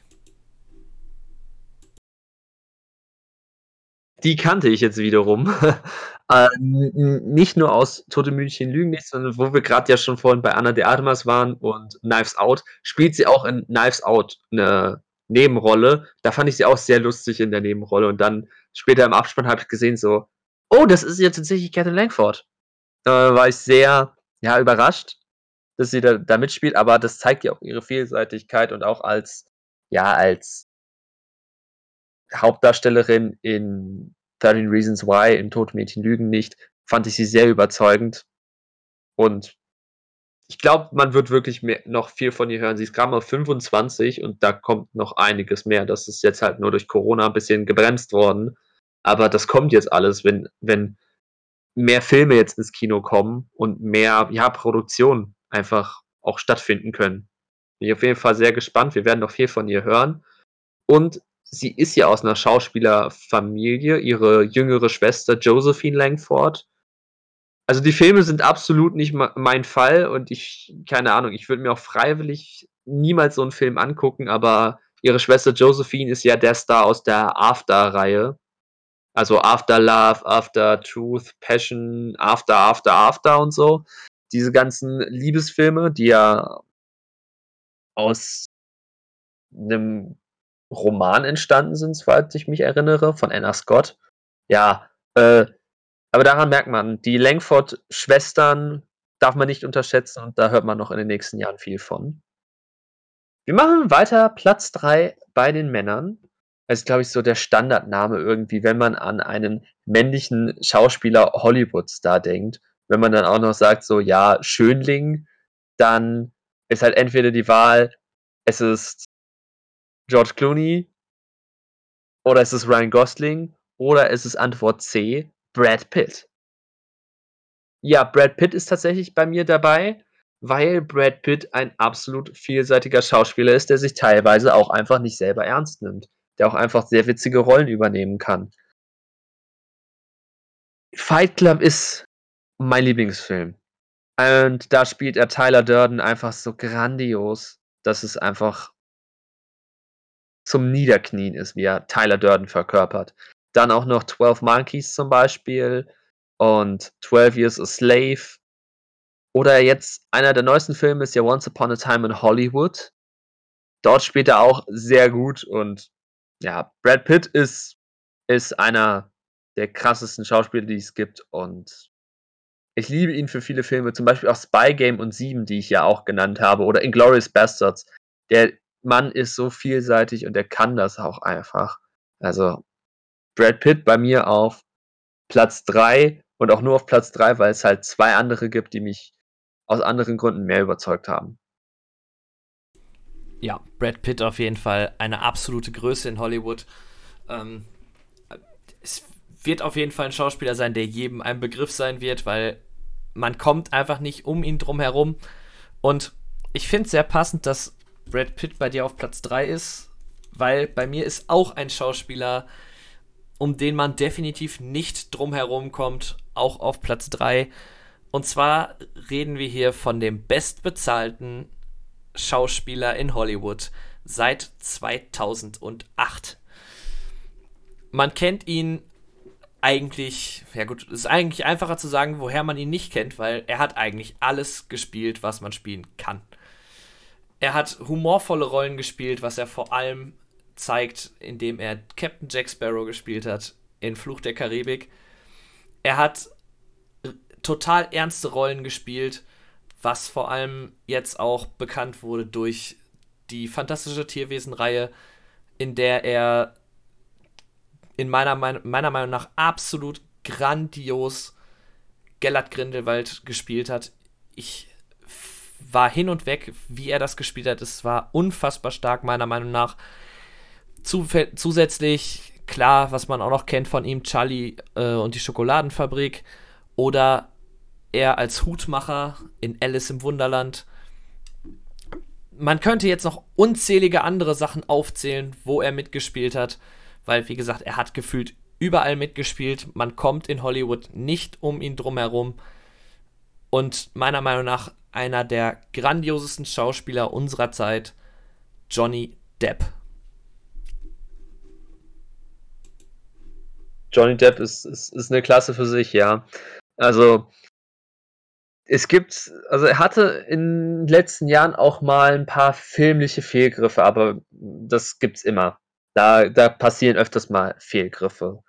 Die kannte ich jetzt wiederum. Nicht nur aus Tote Mädchen lügen nicht, sondern wo wir gerade ja schon vorhin bei Ana de Armas waren und Knives Out, spielt sie auch in Knives Out eine Nebenrolle. Da fand ich sie auch sehr lustig in der Nebenrolle. Und dann später im Abspann habe ich gesehen, so, oh, das ist jetzt tatsächlich Catherine Langford. Da war ich sehr, ja, überrascht, dass sie da mitspielt, aber das zeigt ja auch ihre Vielseitigkeit und auch als Hauptdarstellerin in 13 Reasons Why, in Tote Mädchen lügen nicht, fand ich sie sehr überzeugend. Und ich glaube, man wird wirklich noch viel von ihr hören. Sie ist gerade mal 25 und da kommt noch einiges mehr. Das ist jetzt halt nur durch Corona ein bisschen gebremst worden. Aber das kommt jetzt alles, wenn mehr Filme jetzt ins Kino kommen und mehr, ja, Produktionen einfach auch stattfinden können. Bin ich auf jeden Fall sehr gespannt. Wir werden noch viel von ihr hören. Und sie ist ja aus einer Schauspielerfamilie, ihre jüngere Schwester Josephine Langford. Also die Filme sind absolut nicht mein Fall und keine Ahnung, ich würde mir auch freiwillig niemals so einen Film angucken, aber ihre Schwester Josephine ist ja der Star aus der After-Reihe. Also After Love, After Truth, Passion, After und so. Diese ganzen Liebesfilme, die ja aus einem Roman entstanden sind, soweit ich mich erinnere, von Anna Scott. Ja, aber daran merkt man, die Langford-Schwestern darf man nicht unterschätzen und da hört man noch in den nächsten Jahren viel von. Wir machen weiter, Platz 3 bei den Männern. Das ist, glaube ich, so der Standardname irgendwie, wenn man an einen männlichen Schauspieler Hollywood-Star denkt. Wenn man dann auch noch sagt, so, ja, Schönling, dann ist halt entweder die Wahl, es ist George Clooney oder es ist Ryan Gosling oder es ist Antwort C, Brad Pitt. Ja, Brad Pitt ist tatsächlich bei mir dabei, weil Brad Pitt ein absolut vielseitiger Schauspieler ist, der sich teilweise auch einfach nicht selber ernst nimmt, der auch einfach sehr witzige Rollen übernehmen kann. Fight Club ist mein Lieblingsfilm. Und da spielt er Tyler Durden einfach so grandios, dass es einfach zum Niederknien ist, wie er Tyler Durden verkörpert. Dann auch noch 12 Monkeys zum Beispiel und 12 Years a Slave. Oder jetzt einer der neuesten Filme ist ja Once Upon a Time in Hollywood. Dort spielt er auch sehr gut und ja, Brad Pitt ist einer der krassesten Schauspieler, die es gibt und ich liebe ihn für viele Filme, zum Beispiel auch Spy Game und 7, die ich ja auch genannt habe, oder Inglourious Basterds. Der Mann ist so vielseitig und er kann das auch einfach. Also Brad Pitt bei mir auf Platz 3 und auch nur auf Platz 3, weil es halt 2 andere gibt, die mich aus anderen Gründen mehr überzeugt haben. Ja, Brad Pitt auf jeden Fall eine absolute Größe in Hollywood. Ähm, Es wird auf jeden Fall ein Schauspieler sein, der jedem ein Begriff sein wird, weil man kommt einfach nicht um ihn drum herum. Und ich finde es sehr passend, dass Brad Pitt bei dir auf Platz 3 ist, weil bei mir ist auch ein Schauspieler, um den man definitiv nicht drum herum kommt, auch auf Platz 3. Und zwar reden wir hier von dem bestbezahlten Schauspieler in Hollywood seit 2008. Man kennt ihn eigentlich, ja gut, es ist eigentlich einfacher zu sagen, woher man ihn nicht kennt, weil er hat eigentlich alles gespielt, was man spielen kann. Er hat humorvolle Rollen gespielt, was er vor allem zeigt, indem er Captain Jack Sparrow gespielt hat in Fluch der Karibik. Er hat total ernste Rollen gespielt, was vor allem jetzt auch bekannt wurde durch die Fantastische Tierwesen-Reihe, in der er meiner Meinung nach absolut grandios Gellert Grindelwald gespielt hat. Ich war hin und weg, wie er das gespielt hat. Es war unfassbar stark, meiner Meinung nach. Zusätzlich, klar, was man auch noch kennt von ihm, Charlie und die Schokoladenfabrik. Oder er als Hutmacher in Alice im Wunderland. Man könnte jetzt noch unzählige andere Sachen aufzählen, wo er mitgespielt hat. Weil, wie gesagt, er hat gefühlt überall mitgespielt. Man kommt in Hollywood nicht um ihn drum herum. Und meiner Meinung nach einer der grandiosesten Schauspieler unserer Zeit, Johnny Depp. Johnny Depp ist eine Klasse für sich, ja. Also, er hatte in den letzten Jahren auch mal ein paar filmliche Fehlgriffe, aber das gibt's immer. Da passieren öfters mal Fehlgriffe.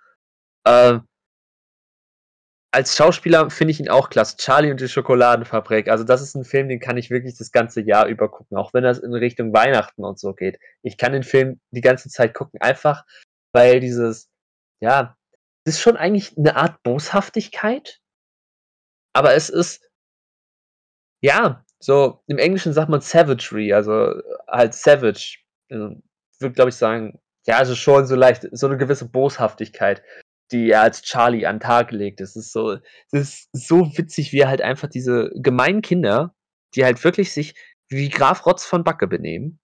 Als Schauspieler finde ich ihn auch klasse. Charlie und die Schokoladenfabrik. Also, das ist ein Film, den kann ich wirklich das ganze Jahr über gucken, auch wenn das in Richtung Weihnachten und so geht. Ich kann den Film die ganze Zeit gucken, einfach weil ja, es ist schon eigentlich eine Art Boshaftigkeit, aber es ist, ja, so im Englischen sagt man Savagery, also halt savage. Ich würde, glaube ich, sagen, ja, also schon so eine gewisse Boshaftigkeit, die er als Charlie an den Tag legt. Es ist so witzig, wie er halt einfach diese gemeinen Kinder, die halt wirklich sich wie Graf Rotz von Backe benehmen,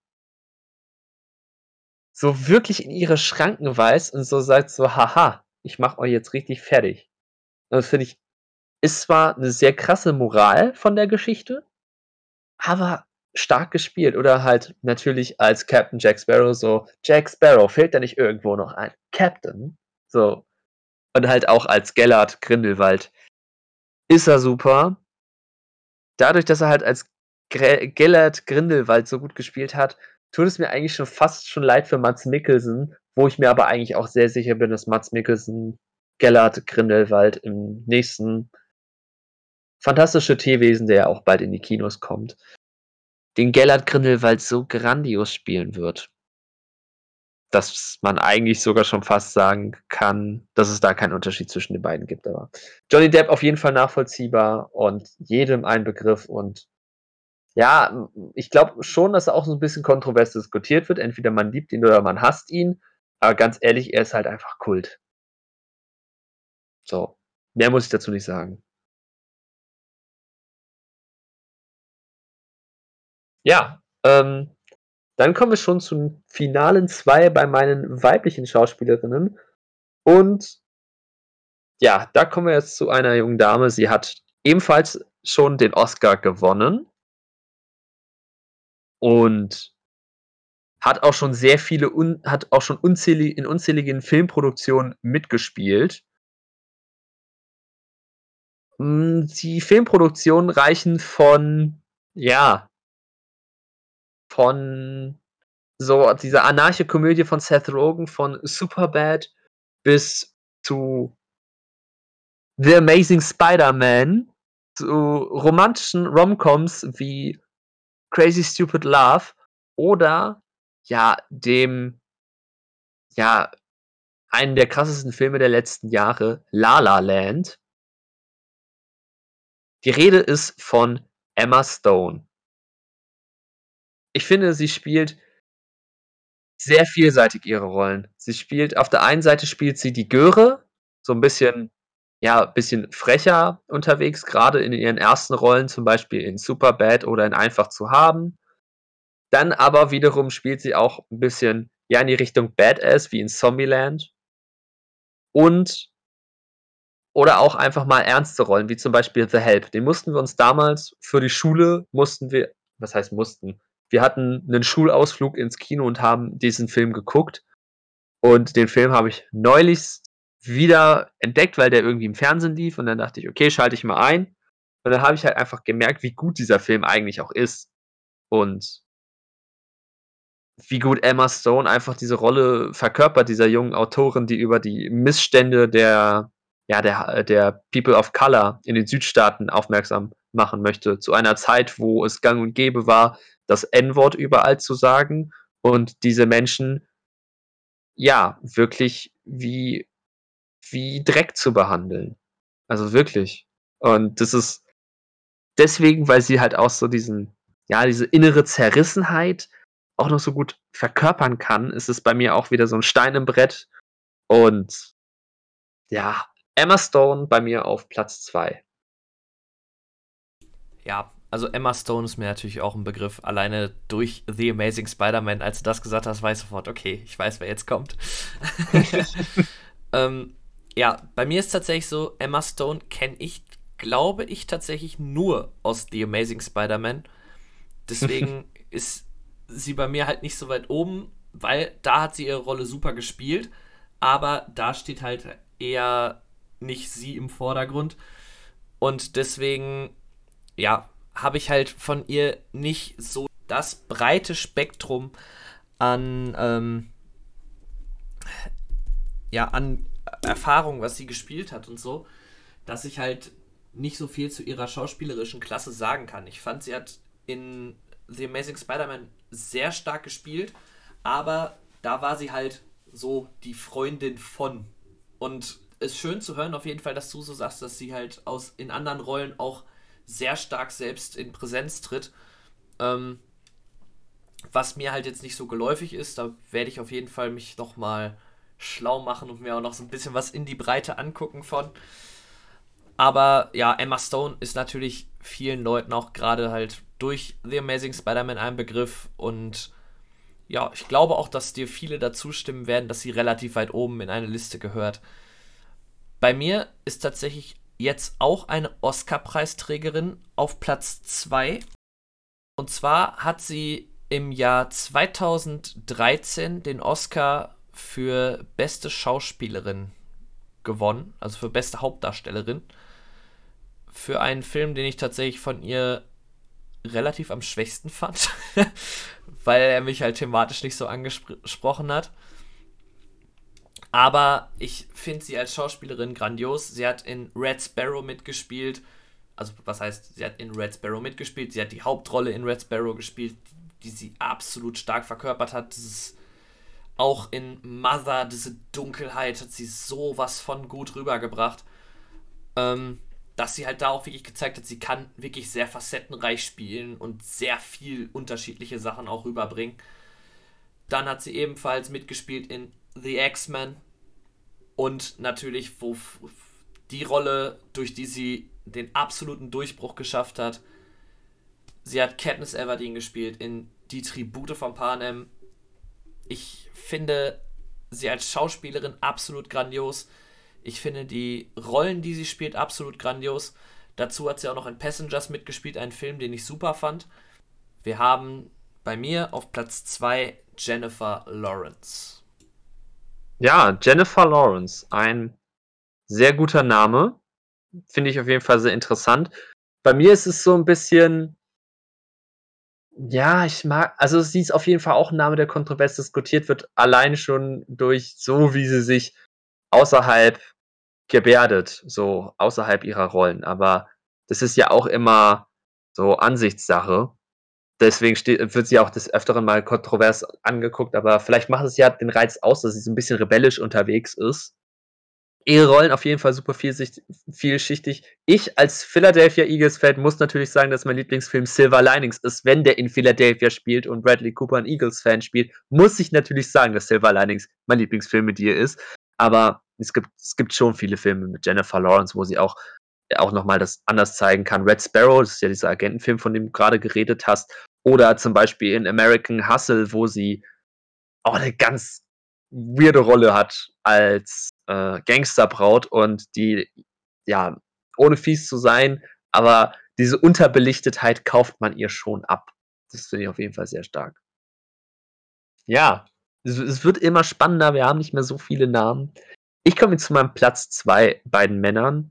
so wirklich in ihre Schranken weist und so sagt so: „Haha, ich mache euch jetzt richtig fertig.“ Und das finde ich, ist zwar eine sehr krasse Moral von der Geschichte, aber stark gespielt. Oder halt natürlich als Captain Jack Sparrow so: „Jack Sparrow, fehlt da nicht irgendwo noch ein Captain?“ So. Und halt auch als Gellert Grindelwald ist er super. Dadurch, dass er halt als Gellert Grindelwald so gut gespielt hat, tut es mir eigentlich schon fast schon leid für Mads Mikkelsen, wo ich mir aber eigentlich auch sehr sicher bin, dass Mads Mikkelsen Gellert Grindelwald im nächsten Fantastische Tierwesen, der ja auch bald in die Kinos kommt, den Gellert Grindelwald so grandios spielen wird, dass man eigentlich sogar schon fast sagen kann, dass es da keinen Unterschied zwischen den beiden gibt. Aber Johnny Depp auf jeden Fall nachvollziehbar und jedem ein Begriff. Und ja, ich glaube schon, dass er auch so ein bisschen kontrovers diskutiert wird. Entweder man liebt ihn oder man hasst ihn. Aber ganz ehrlich, er ist halt einfach Kult. So, mehr muss ich dazu nicht sagen. Ja, dann kommen wir schon zum finalen 2 bei meinen weiblichen Schauspielerinnen. Und ja, da kommen wir jetzt zu einer jungen Dame. Sie hat ebenfalls schon den Oscar gewonnen und hat auch schon in unzähligen Filmproduktionen mitgespielt. Die Filmproduktionen reichen ja, von so dieser Anarcho-Komödie von Seth Rogen von Superbad bis zu The Amazing Spider-Man, zu romantischen Romcoms wie Crazy Stupid Love oder ja, ja, einen der krassesten Filme der letzten Jahre, La La Land. Die Rede ist von Emma Stone. Ich finde, sie spielt sehr vielseitig ihre Rollen. Auf der einen Seite spielt sie die Göre, so ein bisschen, ja, bisschen frecher unterwegs, gerade in ihren ersten Rollen, zum Beispiel in Superbad oder in Einfach zu haben. Dann aber wiederum spielt sie auch ein bisschen, ja, in die Richtung Badass wie in Zombieland und oder auch einfach mal ernste Rollen, wie zum Beispiel The Help. Den mussten wir uns damals für die Schule mussten wir was heißt mussten? Wir hatten 'nen Schulausflug ins Kino und haben diesen Film geguckt. Und den Film habe ich neulichst wieder entdeckt, weil der irgendwie im Fernsehen lief und dann dachte ich: „Okay, schalte ich mal ein.“ Und dann habe ich halt einfach gemerkt, wie gut dieser Film eigentlich auch ist und wie gut Emma Stone einfach diese Rolle verkörpert, dieser jungen Autorin, die über die Missstände der People of Color in den Südstaaten aufmerksam machen möchte, zu einer Zeit, wo es gang und gäbe war, das N-Wort überall zu sagen und diese Menschen, ja, wirklich wie Dreck zu behandeln. Also wirklich. Und das ist deswegen, weil sie halt auch so diese innere Zerrissenheit auch noch so gut verkörpern kann, ist es bei mir auch wieder so ein Stein im Brett. Und ja, Emma Stone bei mir auf Platz 2. Ja, also Emma Stone ist mir natürlich auch ein Begriff. Alleine durch The Amazing Spider-Man, als du das gesagt hast, weiß ich sofort, okay, ich weiß, wer jetzt kommt. ähm, ja, bei mir ist tatsächlich so, Emma Stone kenne ich, glaube ich, tatsächlich nur aus The Amazing Spider-Man. Deswegen ist sie bei mir halt nicht so weit oben, weil da hat sie ihre Rolle super gespielt, aber da steht halt eher nicht sie im Vordergrund. Und deswegen, ja, habe ich halt von ihr nicht so das breite Spektrum an, an Erfahrung, was sie gespielt hat und so, dass ich halt nicht so viel zu ihrer schauspielerischen Klasse sagen kann. Ich fand, sie hat in The Amazing Spider-Man sehr stark gespielt, aber da war sie halt so die Freundin von. Und es ist schön zu hören auf jeden Fall, dass du so sagst, dass sie halt in anderen Rollen auch sehr stark selbst in Präsenz tritt. Ähm, was mir halt jetzt nicht so geläufig ist, da werde ich auf jeden Fall mich nochmal schlau machen und mir auch noch so ein bisschen was in die Breite angucken von. Aber ja, Emma Stone ist natürlich vielen Leuten auch gerade halt durch The Amazing Spider-Man ein Begriff und ja, ich glaube auch, dass dir viele dazu stimmen werden, dass sie relativ weit oben in eine Liste gehört. Bei mir ist tatsächlich jetzt auch eine Oscar-Preisträgerin auf Platz 2. Und zwar hat sie im Jahr 2013 den Oscar für beste Schauspielerin gewonnen, also für beste Hauptdarstellerin, für einen Film, den ich tatsächlich von ihr relativ am schwächsten fand, weil er mich halt thematisch nicht so angesprochen hat. Aber ich finde sie als Schauspielerin grandios. Sie hat in Red Sparrow mitgespielt. Also, was heißt, sie hat in Red Sparrow mitgespielt? Sie hat die Hauptrolle in Red Sparrow gespielt, die sie absolut stark verkörpert hat. Dieses, auch in Mother, diese Dunkelheit hat sie sowas von gut rübergebracht. Dass sie halt da auch wirklich gezeigt hat, sie kann wirklich sehr facettenreich spielen und sehr viel unterschiedliche Sachen auch rüberbringen. Dann hat sie ebenfalls mitgespielt in The X-Men und natürlich die Rolle, durch die sie den absoluten Durchbruch geschafft hat. Sie hat Katniss Everdeen gespielt in Die Tribute von Panem. Ich finde sie als Schauspielerin absolut grandios. Ich finde die Rollen, die sie spielt, absolut grandios. Dazu hat sie auch noch in Passengers mitgespielt, einen Film, den ich super fand. Wir haben bei mir auf Platz 2 Jennifer Lawrence. Ja, Jennifer Lawrence, ein sehr guter Name. Finde ich auf jeden Fall sehr interessant. Bei mir ist es so ein bisschen, ja, also sie ist auf jeden Fall auch ein Name, der kontrovers diskutiert wird, allein schon durch so, wie sie sich außerhalb gebärdet, so außerhalb ihrer Rollen. Aber das ist ja auch immer so Ansichtssache. Deswegen wird sie auch des Öfteren mal kontrovers angeguckt, aber vielleicht macht es ja den Reiz aus, dass sie so ein bisschen rebellisch unterwegs ist. Ihre Rollen auf jeden Fall super vielschichtig. Ich als Philadelphia Eagles-Fan muss natürlich sagen, dass mein Lieblingsfilm Silver Linings ist. Wenn der in Philadelphia spielt und Bradley Cooper ein Eagles-Fan spielt, muss ich natürlich sagen, dass Silver Linings mein Lieblingsfilm mit ihr ist. Aber es gibt schon viele Filme mit Jennifer Lawrence, wo sie auch nochmal das anders zeigen kann. Red Sparrow, das ist ja dieser Agentenfilm, von dem du gerade geredet hast. Oder zum Beispiel in American Hustle, wo sie auch eine ganz weirde Rolle hat als Gangsterbraut und die, ja, ohne fies zu sein, aber diese Unterbelichtetheit kauft man ihr schon ab. Das finde ich auf jeden Fall sehr stark. Ja, es wird immer spannender, wir haben nicht mehr so viele Namen. Ich komme jetzt zu meinem Platz 2 beiden Männern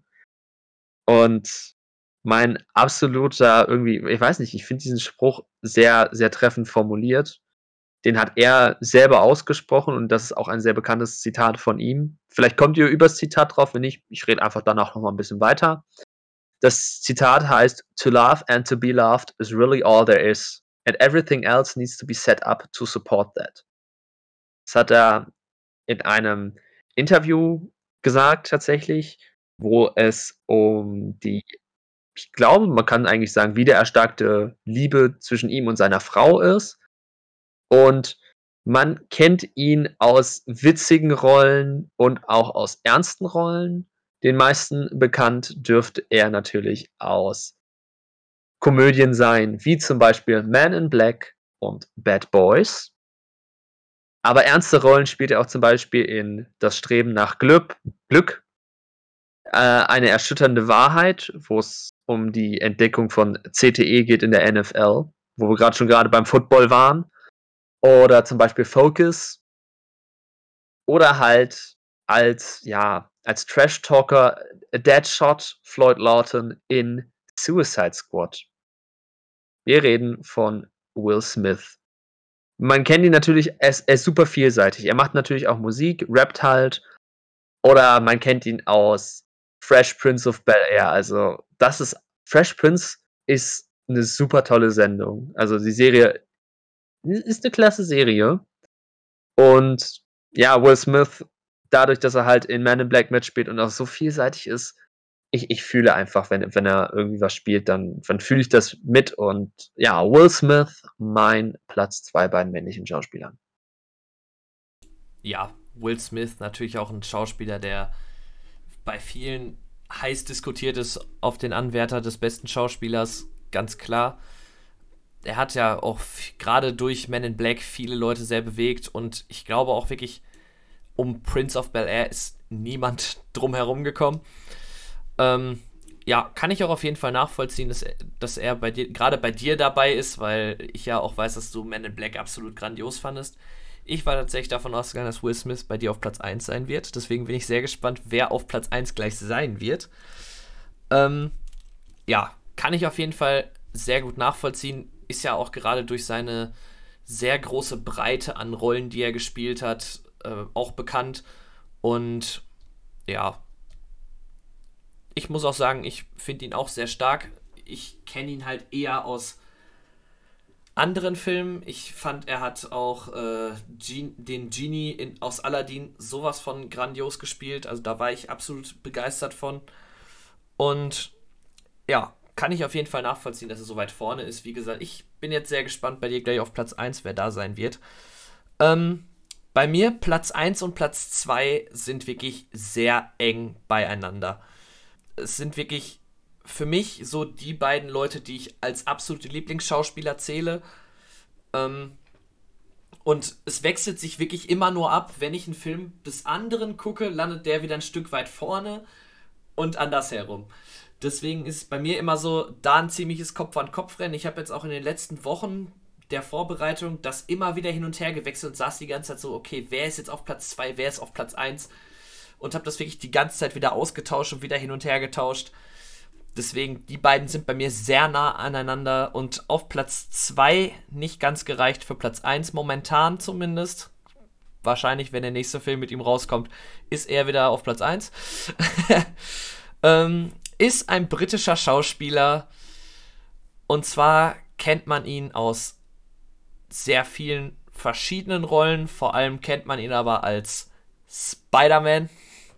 und mein absoluter irgendwie, ich weiß nicht, ich finde diesen Spruch sehr, sehr treffend formuliert. Den hat er selber ausgesprochen und das ist auch ein sehr bekanntes Zitat von ihm. Vielleicht kommt ihr übers Zitat drauf, wenn nicht, ich rede einfach danach noch mal ein bisschen weiter. Das Zitat heißt: „To love and to be loved is really all there is, and everything else needs to be set up to support that." Das hat er in einem Interview gesagt tatsächlich, wo es um die, ich glaube, man kann eigentlich sagen, wiedererstarkte Liebe zwischen ihm und seiner Frau ist. Und man kennt ihn aus witzigen Rollen und auch aus ernsten Rollen. Den meisten bekannt dürfte er natürlich aus Komödien sein, wie zum Beispiel Man in Black und Bad Boys. Aber ernste Rollen spielt er auch zum Beispiel in Das Streben nach Glück, eine erschütternde Wahrheit, wo es um die Entdeckung von CTE geht in der NFL, wo wir gerade beim Football waren. Oder zum Beispiel Focus. Oder halt als Trash-Talker Deadshot Floyd Lawton in Suicide Squad. Wir reden von Will Smith. Man kennt ihn natürlich, er ist super vielseitig. Er macht natürlich auch Musik, rappt halt. Oder man kennt ihn aus Fresh Prince of Bel-Air. Also, Fresh Prince ist eine super tolle Sendung. Also, die Serie ist eine klasse Serie. Und ja, Will Smith, dadurch, dass er halt in Man in Black mitspielt und auch so vielseitig ist, ich fühle einfach, wenn er irgendwie was spielt, dann fühle ich das mit. Und ja, Will Smith, mein Platz 2 bei den männlichen Schauspielern. Ja, Will Smith natürlich auch ein Schauspieler, der bei vielen heiß diskutiert ist auf den Anwärter des besten Schauspielers, ganz klar. Er hat ja auch gerade durch Men in Black viele Leute sehr bewegt und ich glaube auch wirklich, um Prince of Bel-Air ist niemand drum herum gekommen. Ja, kann ich auch auf jeden Fall nachvollziehen, dass er bei dir, gerade bei dir dabei ist, weil ich ja auch weiß, dass du Men in Black absolut grandios fandest. Ich war tatsächlich davon ausgegangen, dass Will Smith bei dir auf Platz 1 sein wird. Deswegen bin ich sehr gespannt, wer auf Platz 1 gleich sein wird. Ja, kann ich auf jeden Fall sehr gut nachvollziehen. Ist ja auch gerade durch seine sehr große Breite an Rollen, die er gespielt hat, auch bekannt. Und ja, ich muss auch sagen, ich finde ihn auch sehr stark. Ich kenne ihn halt eher aus anderen Filmen. Ich fand, er hat auch den Genie aus Aladdin sowas von grandios gespielt. Also da war ich absolut begeistert von. Und ja, kann ich auf jeden Fall nachvollziehen, dass er so weit vorne ist. Wie gesagt, ich bin jetzt sehr gespannt bei dir gleich auf Platz 1, wer da sein wird. Bei mir Platz 1 und Platz 2 sind wirklich sehr eng beieinander. Es sind wirklich für mich so die beiden Leute, die ich als absolute Lieblingsschauspieler zähle. Und es wechselt sich wirklich immer nur ab. Wenn ich einen Film des anderen gucke, landet der wieder ein Stück weit vorne und andersherum. Deswegen ist es bei mir immer so, da ein ziemliches Kopf-an-Kopf-Rennen. Ich habe jetzt auch in den letzten Wochen der Vorbereitung das immer wieder hin und her gewechselt und saß die ganze Zeit so, okay, wer ist jetzt auf Platz 2, wer ist auf Platz 1? Und habe das wirklich die ganze Zeit wieder ausgetauscht und wieder hin und her getauscht. Deswegen, die beiden sind bei mir sehr nah aneinander und auf Platz 2 nicht ganz gereicht für Platz 1 momentan zumindest. Wahrscheinlich, wenn der nächste Film mit ihm rauskommt, ist er wieder auf Platz 1. Ist ein britischer Schauspieler und zwar kennt man ihn aus sehr vielen verschiedenen Rollen. Vor allem kennt man ihn aber als Spider-Man.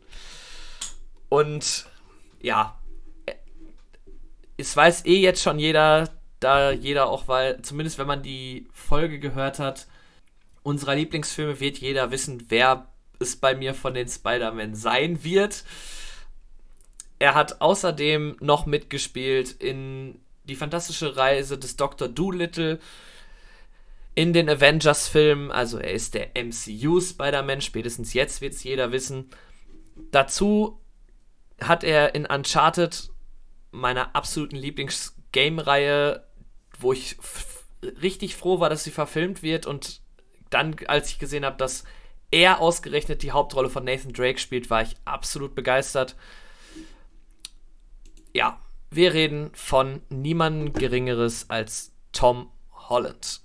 Und ja, es weiß jetzt schon jeder, da jeder auch, weil, zumindest wenn man die Folge gehört hat, unserer Lieblingsfilme, wird jeder wissen, wer es bei mir von den Spider-Man sein wird. Er hat außerdem noch mitgespielt in Die fantastische Reise des Dr. Dolittle, in den Avengers-Filmen, also er ist der MCU Spider-Man, spätestens jetzt wird es jeder wissen. Dazu hat er in Uncharted, meiner absoluten Lieblings-Game-Reihe, wo ich richtig froh war, dass sie verfilmt wird und dann, als ich gesehen habe, dass er ausgerechnet die Hauptrolle von Nathan Drake spielt, war ich absolut begeistert. Ja, wir reden von niemandem Geringeres als Tom Holland.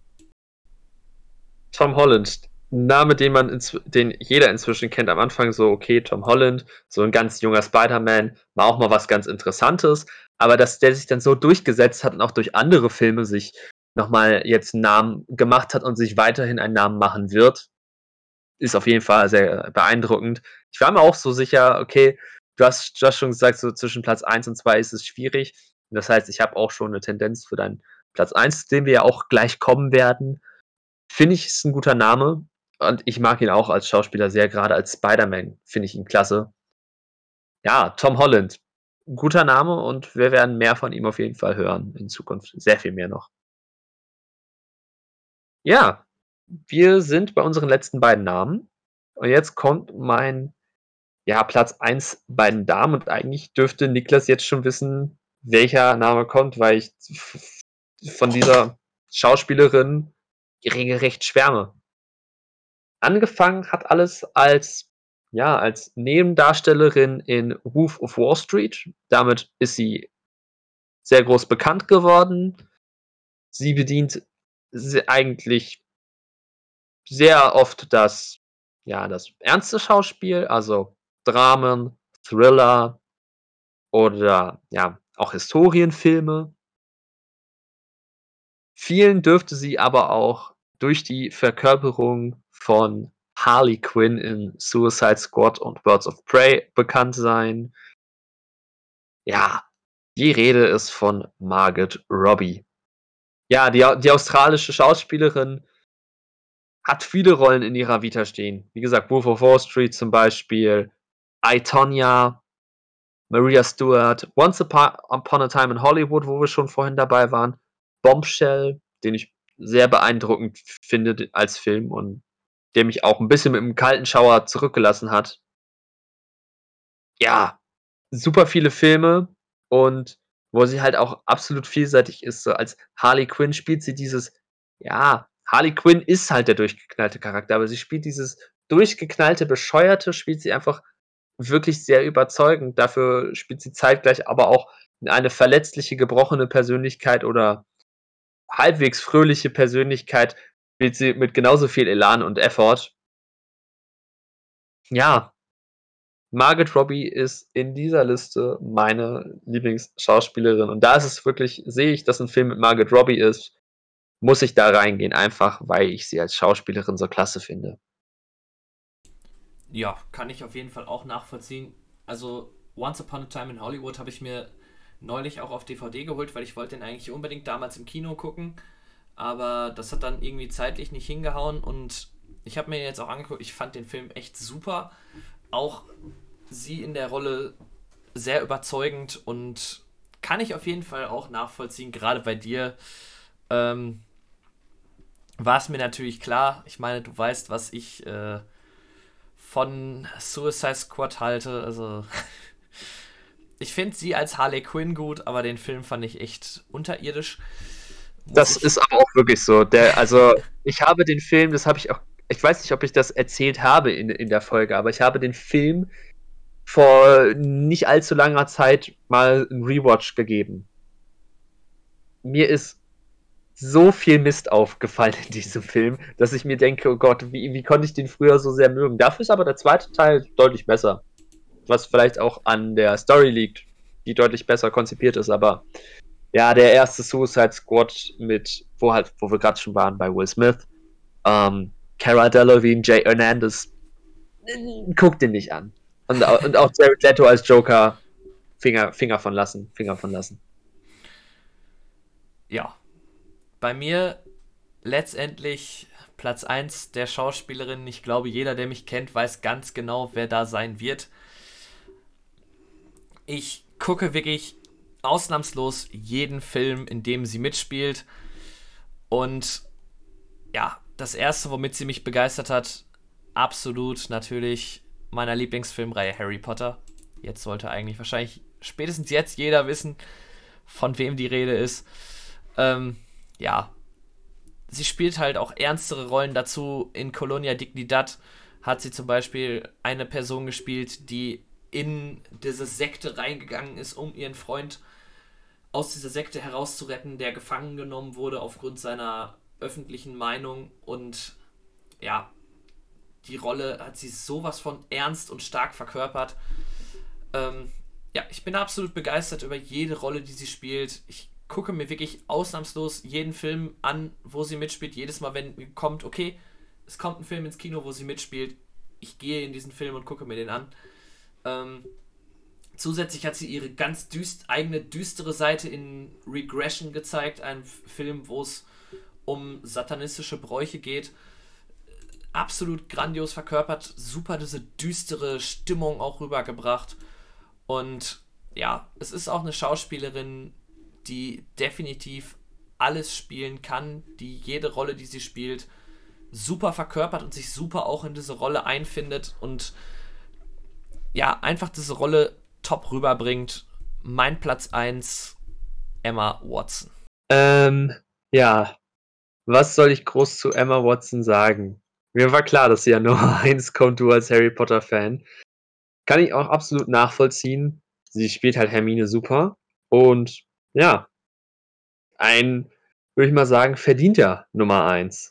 Tom Holland, ein Name, den jeder inzwischen kennt. Am Anfang so, okay, Tom Holland, so ein ganz junger Spider-Man, war auch mal was ganz Interessantes. Aber dass der sich dann so durchgesetzt hat und auch durch andere Filme sich nochmal jetzt einen Namen gemacht hat und sich weiterhin einen Namen machen wird, ist auf jeden Fall sehr beeindruckend. Ich war mir auch so sicher, okay, du hast schon gesagt, so zwischen Platz 1 und 2 ist es schwierig. Das heißt, ich habe auch schon eine Tendenz für deinen Platz 1, zu dem wir ja auch gleich kommen werden. Finde ich, ist ein guter Name und ich mag ihn auch als Schauspieler sehr, gerade als Spider-Man finde ich ihn klasse. Ja, Tom Holland, guter Name und wir werden mehr von ihm auf jeden Fall hören in Zukunft. Sehr viel mehr noch. Ja, wir sind bei unseren letzten beiden Namen und jetzt kommt mein, ja, Platz 1 bei den Damen und eigentlich dürfte Niklas jetzt schon wissen, welcher Name kommt, weil ich von dieser Schauspielerin regelrecht schwärme. Angefangen hat alles als, ja, als Nebendarstellerin in Wolf of Wall Street. Damit ist sie sehr groß bekannt geworden. Sie bedient eigentlich sehr oft das, ja, das ernste Schauspiel, also Dramen, Thriller oder ja, auch Historienfilme. Vielen dürfte sie aber auch durch die Verkörperung von Harley Quinn in Suicide Squad und Birds of Prey bekannt sein. Ja, die Rede ist von Margot Robbie. Ja, die australische Schauspielerin hat viele Rollen in ihrer Vita stehen. Wie gesagt, Wolf of Wall Street zum Beispiel, I, Tonya, Maria Stewart, Upon a Time in Hollywood, wo wir schon vorhin dabei waren, Bombshell, den ich sehr beeindruckend finde als Film und der mich auch ein bisschen mit einem kalten Schauer zurückgelassen hat. Ja, super viele Filme und wo sie halt auch absolut vielseitig ist. So als Harley Quinn spielt sie dieses, ja, Harley Quinn ist halt der durchgeknallte Charakter, aber sie spielt dieses durchgeknallte, bescheuerte, spielt sie einfach wirklich sehr überzeugend. Dafür spielt sie zeitgleich aber auch eine verletzliche, gebrochene Persönlichkeit oder halbwegs fröhliche Persönlichkeit, spielt sie mit genauso viel Elan und Effort. Ja, Margot Robbie ist in dieser Liste meine Lieblingsschauspielerin. Und da ist es wirklich, sehe ich, dass ein Film mit Margot Robbie ist, muss ich da reingehen, einfach weil ich sie als Schauspielerin so klasse finde. Ja, kann ich auf jeden Fall auch nachvollziehen. Also Once Upon a Time in Hollywood habe ich mir neulich auch auf DVD geholt, weil ich wollte den eigentlich unbedingt damals im Kino gucken. Aber das hat dann irgendwie zeitlich nicht hingehauen und ich habe mir jetzt auch angeguckt, ich fand den Film echt super. Auch sie in der Rolle sehr überzeugend und kann ich auf jeden Fall auch nachvollziehen. Gerade bei dir ähm, war es mir natürlich klar. Ich meine, du weißt, was ich von Suicide Squad halte. Also ich finde sie als Harley Quinn gut, aber den Film fand ich echt unterirdisch. Muss Das ich. ist aber auch wirklich so. Also ich habe den Film, das habe ich auch, ich weiß nicht, ob ich das erzählt habe in der Folge, aber ich habe den Film vor nicht allzu langer Zeit mal einen Rewatch gegeben. Mir ist so viel Mist aufgefallen in diesem Film, dass ich mir denke, oh Gott, wie konnte ich den früher so sehr mögen? Dafür ist aber der zweite Teil deutlich besser. Was vielleicht auch an der Story liegt, die deutlich besser konzipiert ist, aber ja, der erste Suicide Squad mit, wo wir gerade schon waren, bei Will Smith, Cara Delevingne, Jay Hernandez, guck den nicht an. Und auch Jared Leto als Joker, Finger von lassen, Finger von lassen. Ja, bei mir letztendlich Platz eins der Schauspielerin. Ich glaube, jeder, der mich kennt, weiß ganz genau, wer da sein wird. Ich gucke wirklich ausnahmslos jeden Film, in dem sie mitspielt. Und ja, das erste, womit sie mich begeistert hat, absolut natürlich meiner Lieblingsfilmreihe Harry Potter. Jetzt sollte eigentlich wahrscheinlich spätestens jetzt jeder wissen, von wem die Rede ist. Ja, sie spielt halt auch ernstere Rollen dazu. In Colonia Dignidad hat sie zum Beispiel eine Person gespielt, die in diese Sekte reingegangen ist, um ihren Freund aus dieser Sekte herauszuretten, der gefangen genommen wurde aufgrund seiner öffentlichen Meinung. Und ja, die Rolle hat sie sowas von ernst und stark verkörpert. Ja, ich bin absolut begeistert über jede Rolle, die sie spielt. Ich gucke mir wirklich ausnahmslos jeden Film an, wo sie mitspielt. Jedes Mal, wenn kommt, okay, es kommt ein Film ins Kino, wo sie mitspielt, ich gehe in diesen Film und gucke mir den an. Zusätzlich hat sie ihre ganz eigene düstere Seite in Regression gezeigt, ein Film, wo es um satanistische Bräuche geht. Absolut grandios verkörpert, super diese düstere Stimmung auch rübergebracht. Und ja, es ist auch eine Schauspielerin, die definitiv alles spielen kann, die jede Rolle, die sie spielt, super verkörpert und sich super auch in diese Rolle einfindet und ja, einfach diese Rolle top rüberbringt. Mein Platz 1, Emma Watson. Ja, was soll ich groß zu Emma Watson sagen? Mir war klar, dass sie ja Nummer 1 kommt, du als Harry Potter-Fan. Kann ich auch absolut nachvollziehen. Sie spielt halt Hermine super. Und ja, würde ich mal sagen, verdienter Nummer 1.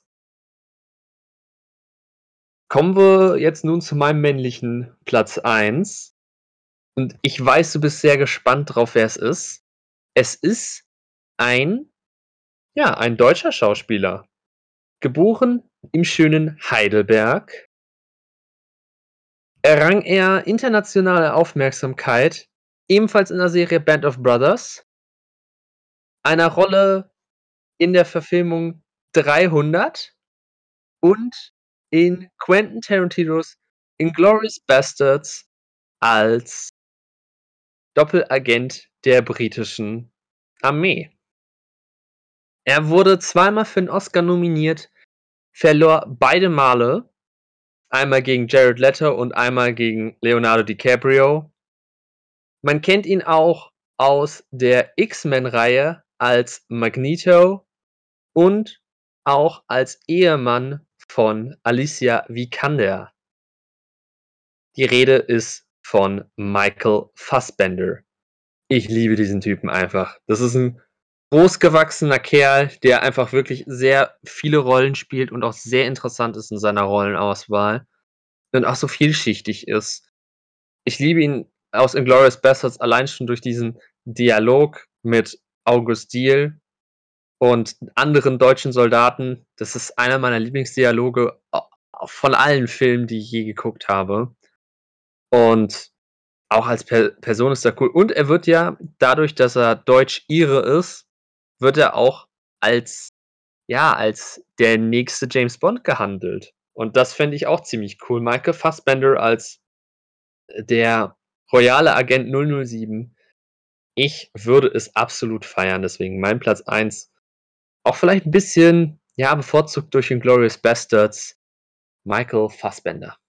Kommen wir jetzt nun zu meinem männlichen Platz 1. Und ich weiß, du bist sehr gespannt drauf, wer es ist. Es ist ein deutscher Schauspieler. Geboren im schönen Heidelberg, errang er internationale Aufmerksamkeit, ebenfalls in der Serie Band of Brothers, einer Rolle in der Verfilmung 300 und in Quentin Tarantinos Inglourious Basterds als Doppelagent der britischen Armee. Er wurde zweimal für den Oscar nominiert, verlor beide Male, einmal gegen Jared Leto und einmal gegen Leonardo DiCaprio. Man kennt ihn auch aus der X-Men-Reihe als Magneto und auch als Ehemann von Alicia Vikander. Die Rede ist von Michael Fassbender. Ich liebe diesen Typen einfach. Das ist ein großgewachsener Kerl, der einfach wirklich sehr viele Rollen spielt und auch sehr interessant ist in seiner Rollenauswahl und auch so vielschichtig ist. Ich liebe ihn aus Inglourious Basterds allein schon durch diesen Dialog mit August Diehl und anderen deutschen Soldaten. Das ist einer meiner Lieblingsdialoge von allen Filmen, die ich je geguckt habe. Und auch als Person ist er cool. Und er wird ja, dadurch, dass er Deutsch-Ire ist, wird er auch als der nächste James Bond gehandelt. Und das fände ich auch ziemlich cool. Michael Fassbender als der royale Agent 007. Ich würde es absolut feiern, deswegen mein Platz 1. Auch vielleicht ein bisschen, ja, bevorzugt durch Inglourious Basterds, Michael Fassbender.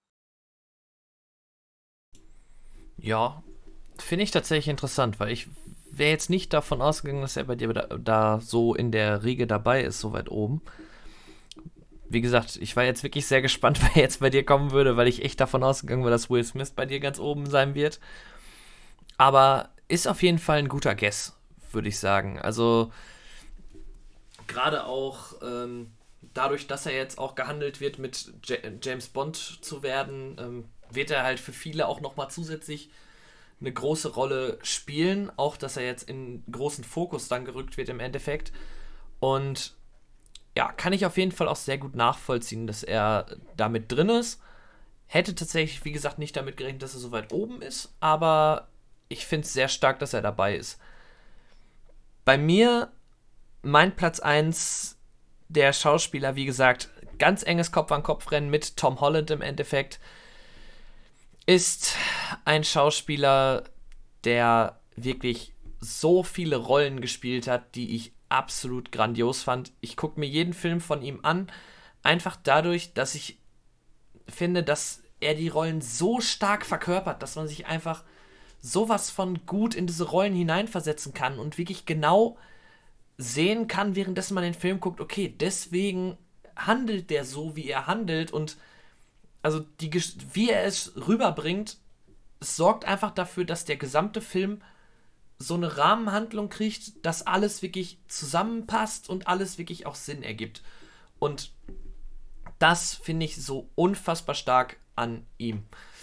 Ja, finde ich tatsächlich interessant, weil ich wäre jetzt nicht davon ausgegangen, dass er bei dir da so in der Riege dabei ist, so weit oben. Wie gesagt, ich war jetzt wirklich sehr gespannt, wer jetzt bei dir kommen würde, weil ich echt davon ausgegangen war, dass Will Smith bei dir ganz oben sein wird. Aber ist auf jeden Fall ein guter Guess, würde ich sagen. Also gerade auch dadurch, dass er jetzt auch gehandelt wird, mit James Bond zu werden, wird er halt für viele auch nochmal zusätzlich eine große Rolle spielen. Auch, dass er jetzt in großen Fokus dann gerückt wird im Endeffekt. Und ja, kann ich auf jeden Fall auch sehr gut nachvollziehen, dass er damit drin ist. Hätte tatsächlich, wie gesagt, nicht damit gerechnet, dass er so weit oben ist, aber ich finde es sehr stark, dass er dabei ist. Bei mir, mein Platz 1 der Schauspieler, wie gesagt, ganz enges Kopf-an-Kopf-Rennen mit Tom Holland im Endeffekt, ist ein Schauspieler, der wirklich so viele Rollen gespielt hat, die ich absolut grandios fand. Ich gucke mir jeden Film von ihm an, einfach dadurch, dass ich finde, dass er die Rollen so stark verkörpert, dass man sich einfach sowas von gut in diese Rollen hineinversetzen kann und wirklich genau sehen kann, währenddessen man den Film guckt, okay, deswegen handelt der so, wie er handelt und also wie er es rüberbringt, es sorgt einfach dafür, dass der gesamte Film so eine Rahmenhandlung kriegt, dass alles wirklich zusammenpasst und alles wirklich auch Sinn ergibt. Und das finde ich so unfassbar stark an ihm.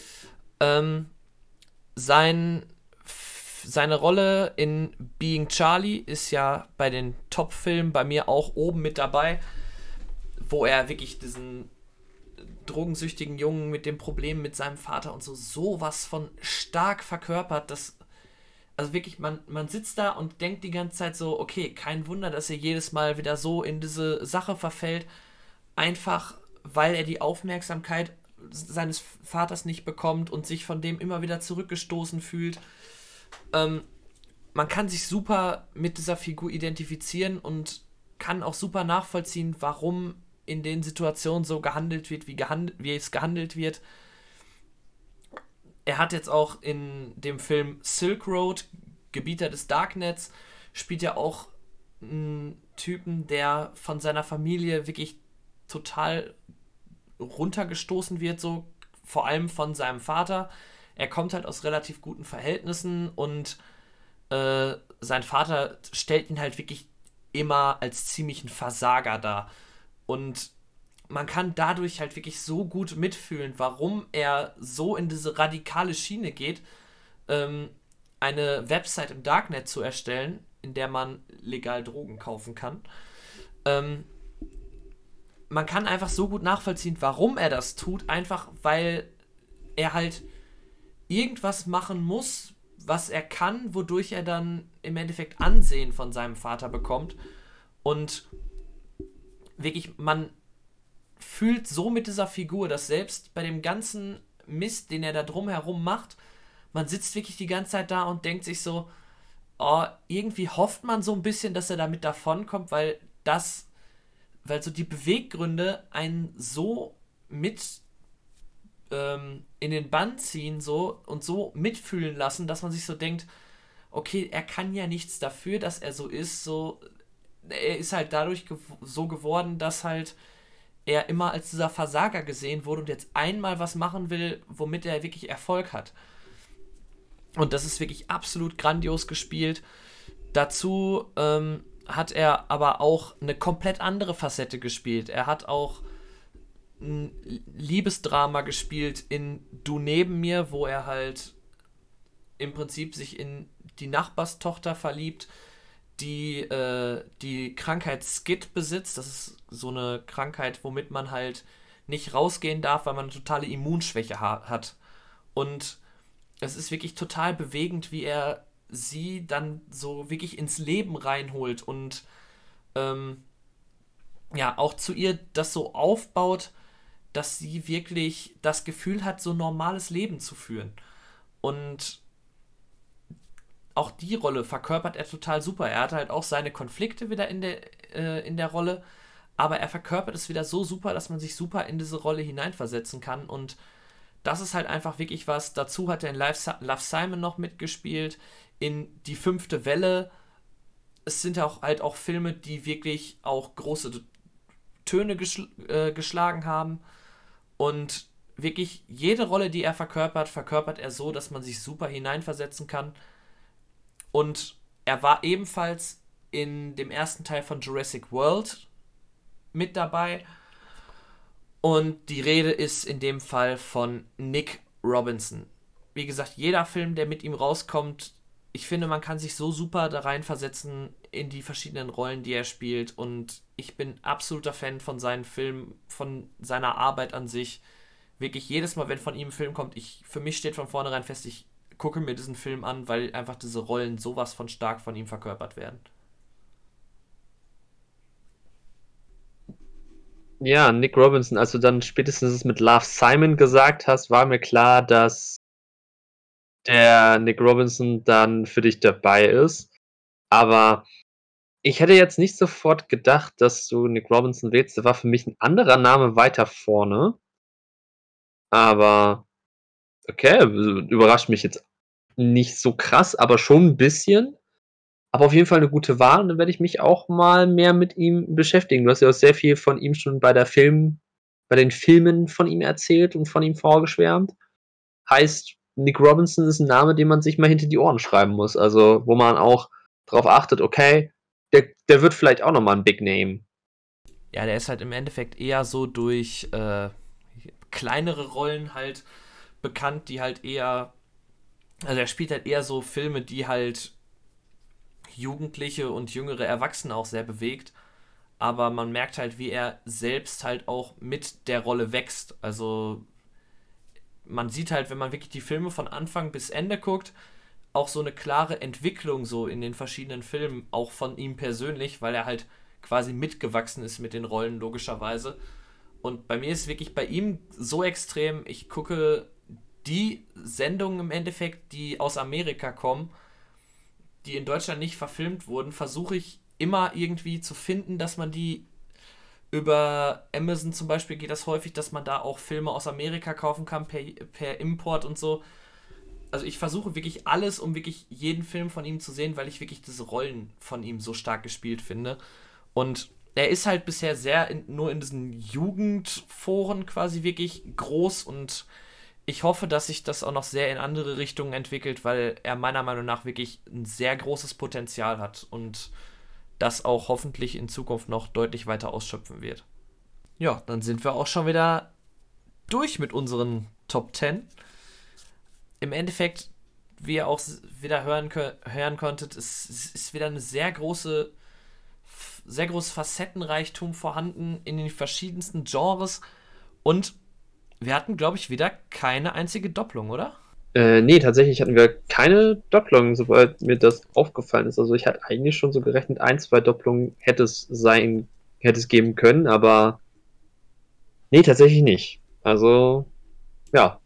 Seine Rolle in Being Charlie ist ja bei den Top-Filmen bei mir auch oben mit dabei, wo er wirklich diesen drogensüchtigen Jungen mit dem Problem mit seinem Vater und sowas von stark verkörpert, dass, also wirklich, man sitzt da und denkt die ganze Zeit so, okay, kein Wunder, dass er jedes Mal wieder so in diese Sache verfällt, einfach weil er die Aufmerksamkeit seines Vaters nicht bekommt und sich von dem immer wieder zurückgestoßen fühlt. Man kann sich super mit dieser Figur identifizieren und kann auch super nachvollziehen, warum in den Situationen so gehandelt wird, wie es gehandelt wird. Er hat jetzt auch in dem Film Silk Road, Gebieter des Darknets, spielt ja auch einen Typen, der von seiner Familie wirklich total runtergestoßen wird, so vor allem von seinem Vater. Er kommt halt aus relativ guten Verhältnissen und sein Vater stellt ihn halt wirklich immer als ziemlichen Versager dar. Und man kann dadurch halt wirklich so gut mitfühlen, warum er so in diese radikale Schiene geht, eine Website im Darknet zu erstellen, in der man legal Drogen kaufen kann. Man kann einfach so gut nachvollziehen, warum er das tut, einfach weil er halt irgendwas machen muss, was er kann, wodurch er dann im Endeffekt Ansehen von seinem Vater bekommt. Und wirklich, man fühlt so mit dieser Figur, dass selbst bei dem ganzen Mist, den er da drumherum macht, man sitzt wirklich die ganze Zeit da und denkt sich so, oh, irgendwie hofft man so ein bisschen, dass er damit davonkommt, weil so die Beweggründe einen so mit in den Bann ziehen so und so mitfühlen lassen, dass man sich so denkt, okay, er kann ja nichts dafür, dass er so ist, so er ist halt dadurch so geworden, dass halt er immer als dieser Versager gesehen wurde und jetzt einmal was machen will, womit er wirklich Erfolg hat. Und das ist wirklich absolut grandios gespielt. Dazu hat er aber auch eine komplett andere Facette gespielt. Er hat auch ein Liebesdrama gespielt in Du neben mir, wo er halt im Prinzip sich in die Nachbarstochter verliebt, die Krankheit SCID besitzt. Das ist so eine Krankheit, womit man halt nicht rausgehen darf, weil man eine totale Immunschwäche hat. Und es ist wirklich total bewegend, wie er sie dann so wirklich ins Leben reinholt und ja, auch zu ihr das so aufbaut, dass sie wirklich das Gefühl hat, so ein normales Leben zu führen. Und auch die Rolle verkörpert er total super. Er hat halt auch seine Konflikte wieder in der Rolle, aber er verkörpert es wieder so super, dass man sich super in diese Rolle hineinversetzen kann. Und das ist halt einfach wirklich was. Dazu hat er in Love Simon noch mitgespielt, in Die fünfte Welle. Es sind auch halt auch Filme, die wirklich auch große Töne geschlagen haben. Und wirklich jede Rolle, die er verkörpert er so, dass man sich super hineinversetzen kann. Und er war ebenfalls in dem ersten Teil von Jurassic World mit dabei. Und die Rede ist in dem Fall von Nick Robinson. Wie gesagt, jeder Film, der mit ihm rauskommt, ich finde, man kann sich so super da reinversetzen in die verschiedenen Rollen, die er spielt. Und ich bin absoluter Fan von seinen Filmen, von seiner Arbeit an sich. Wirklich jedes Mal, wenn von ihm ein Film kommt, für mich steht von vornherein fest, ich gucke mir diesen Film an, weil einfach diese Rollen sowas von stark von ihm verkörpert werden. Ja, Nick Robinson, als du dann spätestens es mit Love Simon gesagt hast, war mir klar, dass der Nick Robinson dann für dich dabei ist. Aber ich hätte jetzt nicht sofort gedacht, dass du Nick Robinson wählst. Da war für mich ein anderer Name weiter vorne. Aber okay, überrascht mich jetzt nicht so krass, aber schon ein bisschen. Aber auf jeden Fall eine gute Wahl und dann werde ich mich auch mal mehr mit ihm beschäftigen. Du hast ja auch sehr viel von ihm schon bei den Filmen von ihm erzählt und von ihm vorgeschwärmt. Heißt, Nick Robinson ist ein Name, den man sich mal hinter die Ohren schreiben muss. Also, wo man auch drauf achtet, okay, der wird vielleicht auch nochmal ein Big Name. Ja, der ist halt im Endeffekt eher so durch kleinere Rollen halt bekannt, die halt eher, also er spielt halt eher so Filme, die halt Jugendliche und jüngere Erwachsene auch sehr bewegt. aber man merkt halt, wie er selbst halt auch mit der Rolle wächst. Also man sieht halt, wenn man wirklich die Filme von Anfang bis Ende guckt, auch so eine klare Entwicklung so in den verschiedenen Filmen, auch von ihm persönlich, weil er halt quasi mitgewachsen ist mit den Rollen, logischerweise. Und bei mir ist es wirklich bei ihm so extrem, ich gucke die Sendungen im Endeffekt, die aus Amerika kommen, die in Deutschland nicht verfilmt wurden, versuche ich immer irgendwie zu finden, dass man die über Amazon zum Beispiel geht das häufig, dass man da auch Filme aus Amerika kaufen kann per Import und so. Also ich versuche wirklich alles, um wirklich jeden Film von ihm zu sehen, weil ich wirklich diese Rollen von ihm so stark gespielt finde. Und er ist halt bisher nur in diesen Jugendforen quasi wirklich groß und ich hoffe, dass sich das auch noch sehr in andere Richtungen entwickelt, weil er meiner Meinung nach wirklich ein sehr großes Potenzial hat und das auch hoffentlich in Zukunft noch deutlich weiter ausschöpfen wird. Ja, dann sind wir auch schon wieder durch mit unseren Top 10. Im Endeffekt, wie ihr auch wieder hören konntet, ist wieder eine sehr großes Facettenreichtum vorhanden in den verschiedensten Genres und wir hatten, glaube ich, wieder keine einzige Doppelung, oder? Nee, tatsächlich hatten wir keine Doppelungen, sobald mir das aufgefallen ist. Also ich hatte eigentlich schon so gerechnet, ein, zwei Doppelungen hätte es geben können, aber nee, tatsächlich nicht. Also, ja,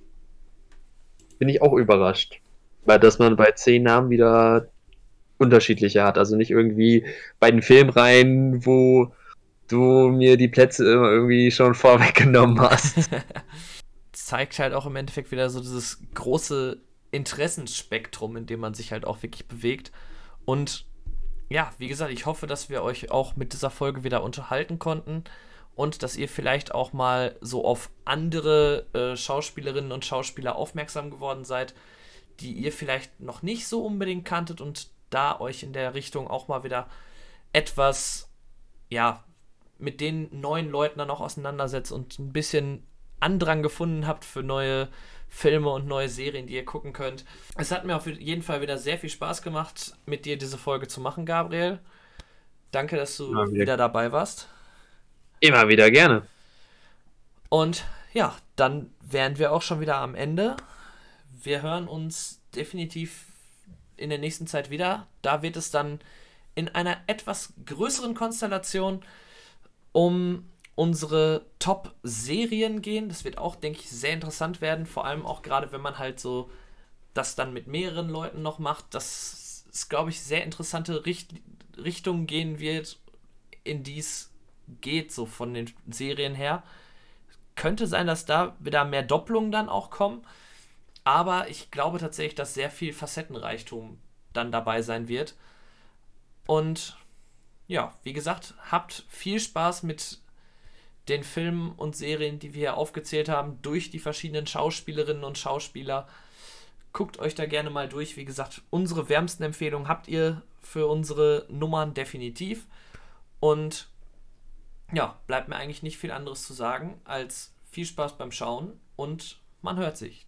bin ich auch überrascht. Weil dass man bei 10 Namen wieder unterschiedliche hat. Also nicht irgendwie bei den Filmreihen, wo du mir die Plätze immer irgendwie schon vorweggenommen hast. Zeigt halt auch im Endeffekt wieder so dieses große Interessenspektrum, in dem man sich halt auch wirklich bewegt. Und ja, wie gesagt, ich hoffe, dass wir euch auch mit dieser Folge wieder unterhalten konnten und dass ihr vielleicht auch mal so auf andere Schauspielerinnen und Schauspieler aufmerksam geworden seid, die ihr vielleicht noch nicht so unbedingt kanntet und da euch in der Richtung auch mal wieder etwas, ja, mit den neuen Leuten dann auch auseinandersetzt und ein bisschen Andrang gefunden habt für neue Filme und neue Serien, die ihr gucken könnt. Es hat mir auf jeden Fall wieder sehr viel Spaß gemacht, mit dir diese Folge zu machen, Gabriel. Danke, dass du wieder dabei warst. Immer wieder gerne. Und ja, dann wären wir auch schon wieder am Ende. Wir hören uns definitiv in der nächsten Zeit wieder. Da wird es dann in einer etwas größeren Konstellation um unsere Top-Serien gehen. Das wird auch, denke ich, sehr interessant werden. Vor allem auch gerade, wenn man halt so das dann mit mehreren Leuten noch macht. Das ist, glaube ich, sehr interessante Richtungen gehen wird, in die es geht, so von den Serien her. Könnte sein, dass da wieder mehr Doppelungen dann auch kommen. Aber ich glaube tatsächlich, dass sehr viel Facettenreichtum dann dabei sein wird. Und ja, wie gesagt, habt viel Spaß mit den Filmen und Serien, die wir hier aufgezählt haben, durch die verschiedenen Schauspielerinnen und Schauspieler. Guckt euch da gerne mal durch. Wie gesagt, unsere wärmsten Empfehlungen habt ihr für unsere Nummern definitiv. Und ja, bleibt mir eigentlich nicht viel anderes zu sagen, als viel Spaß beim Schauen und man hört sich.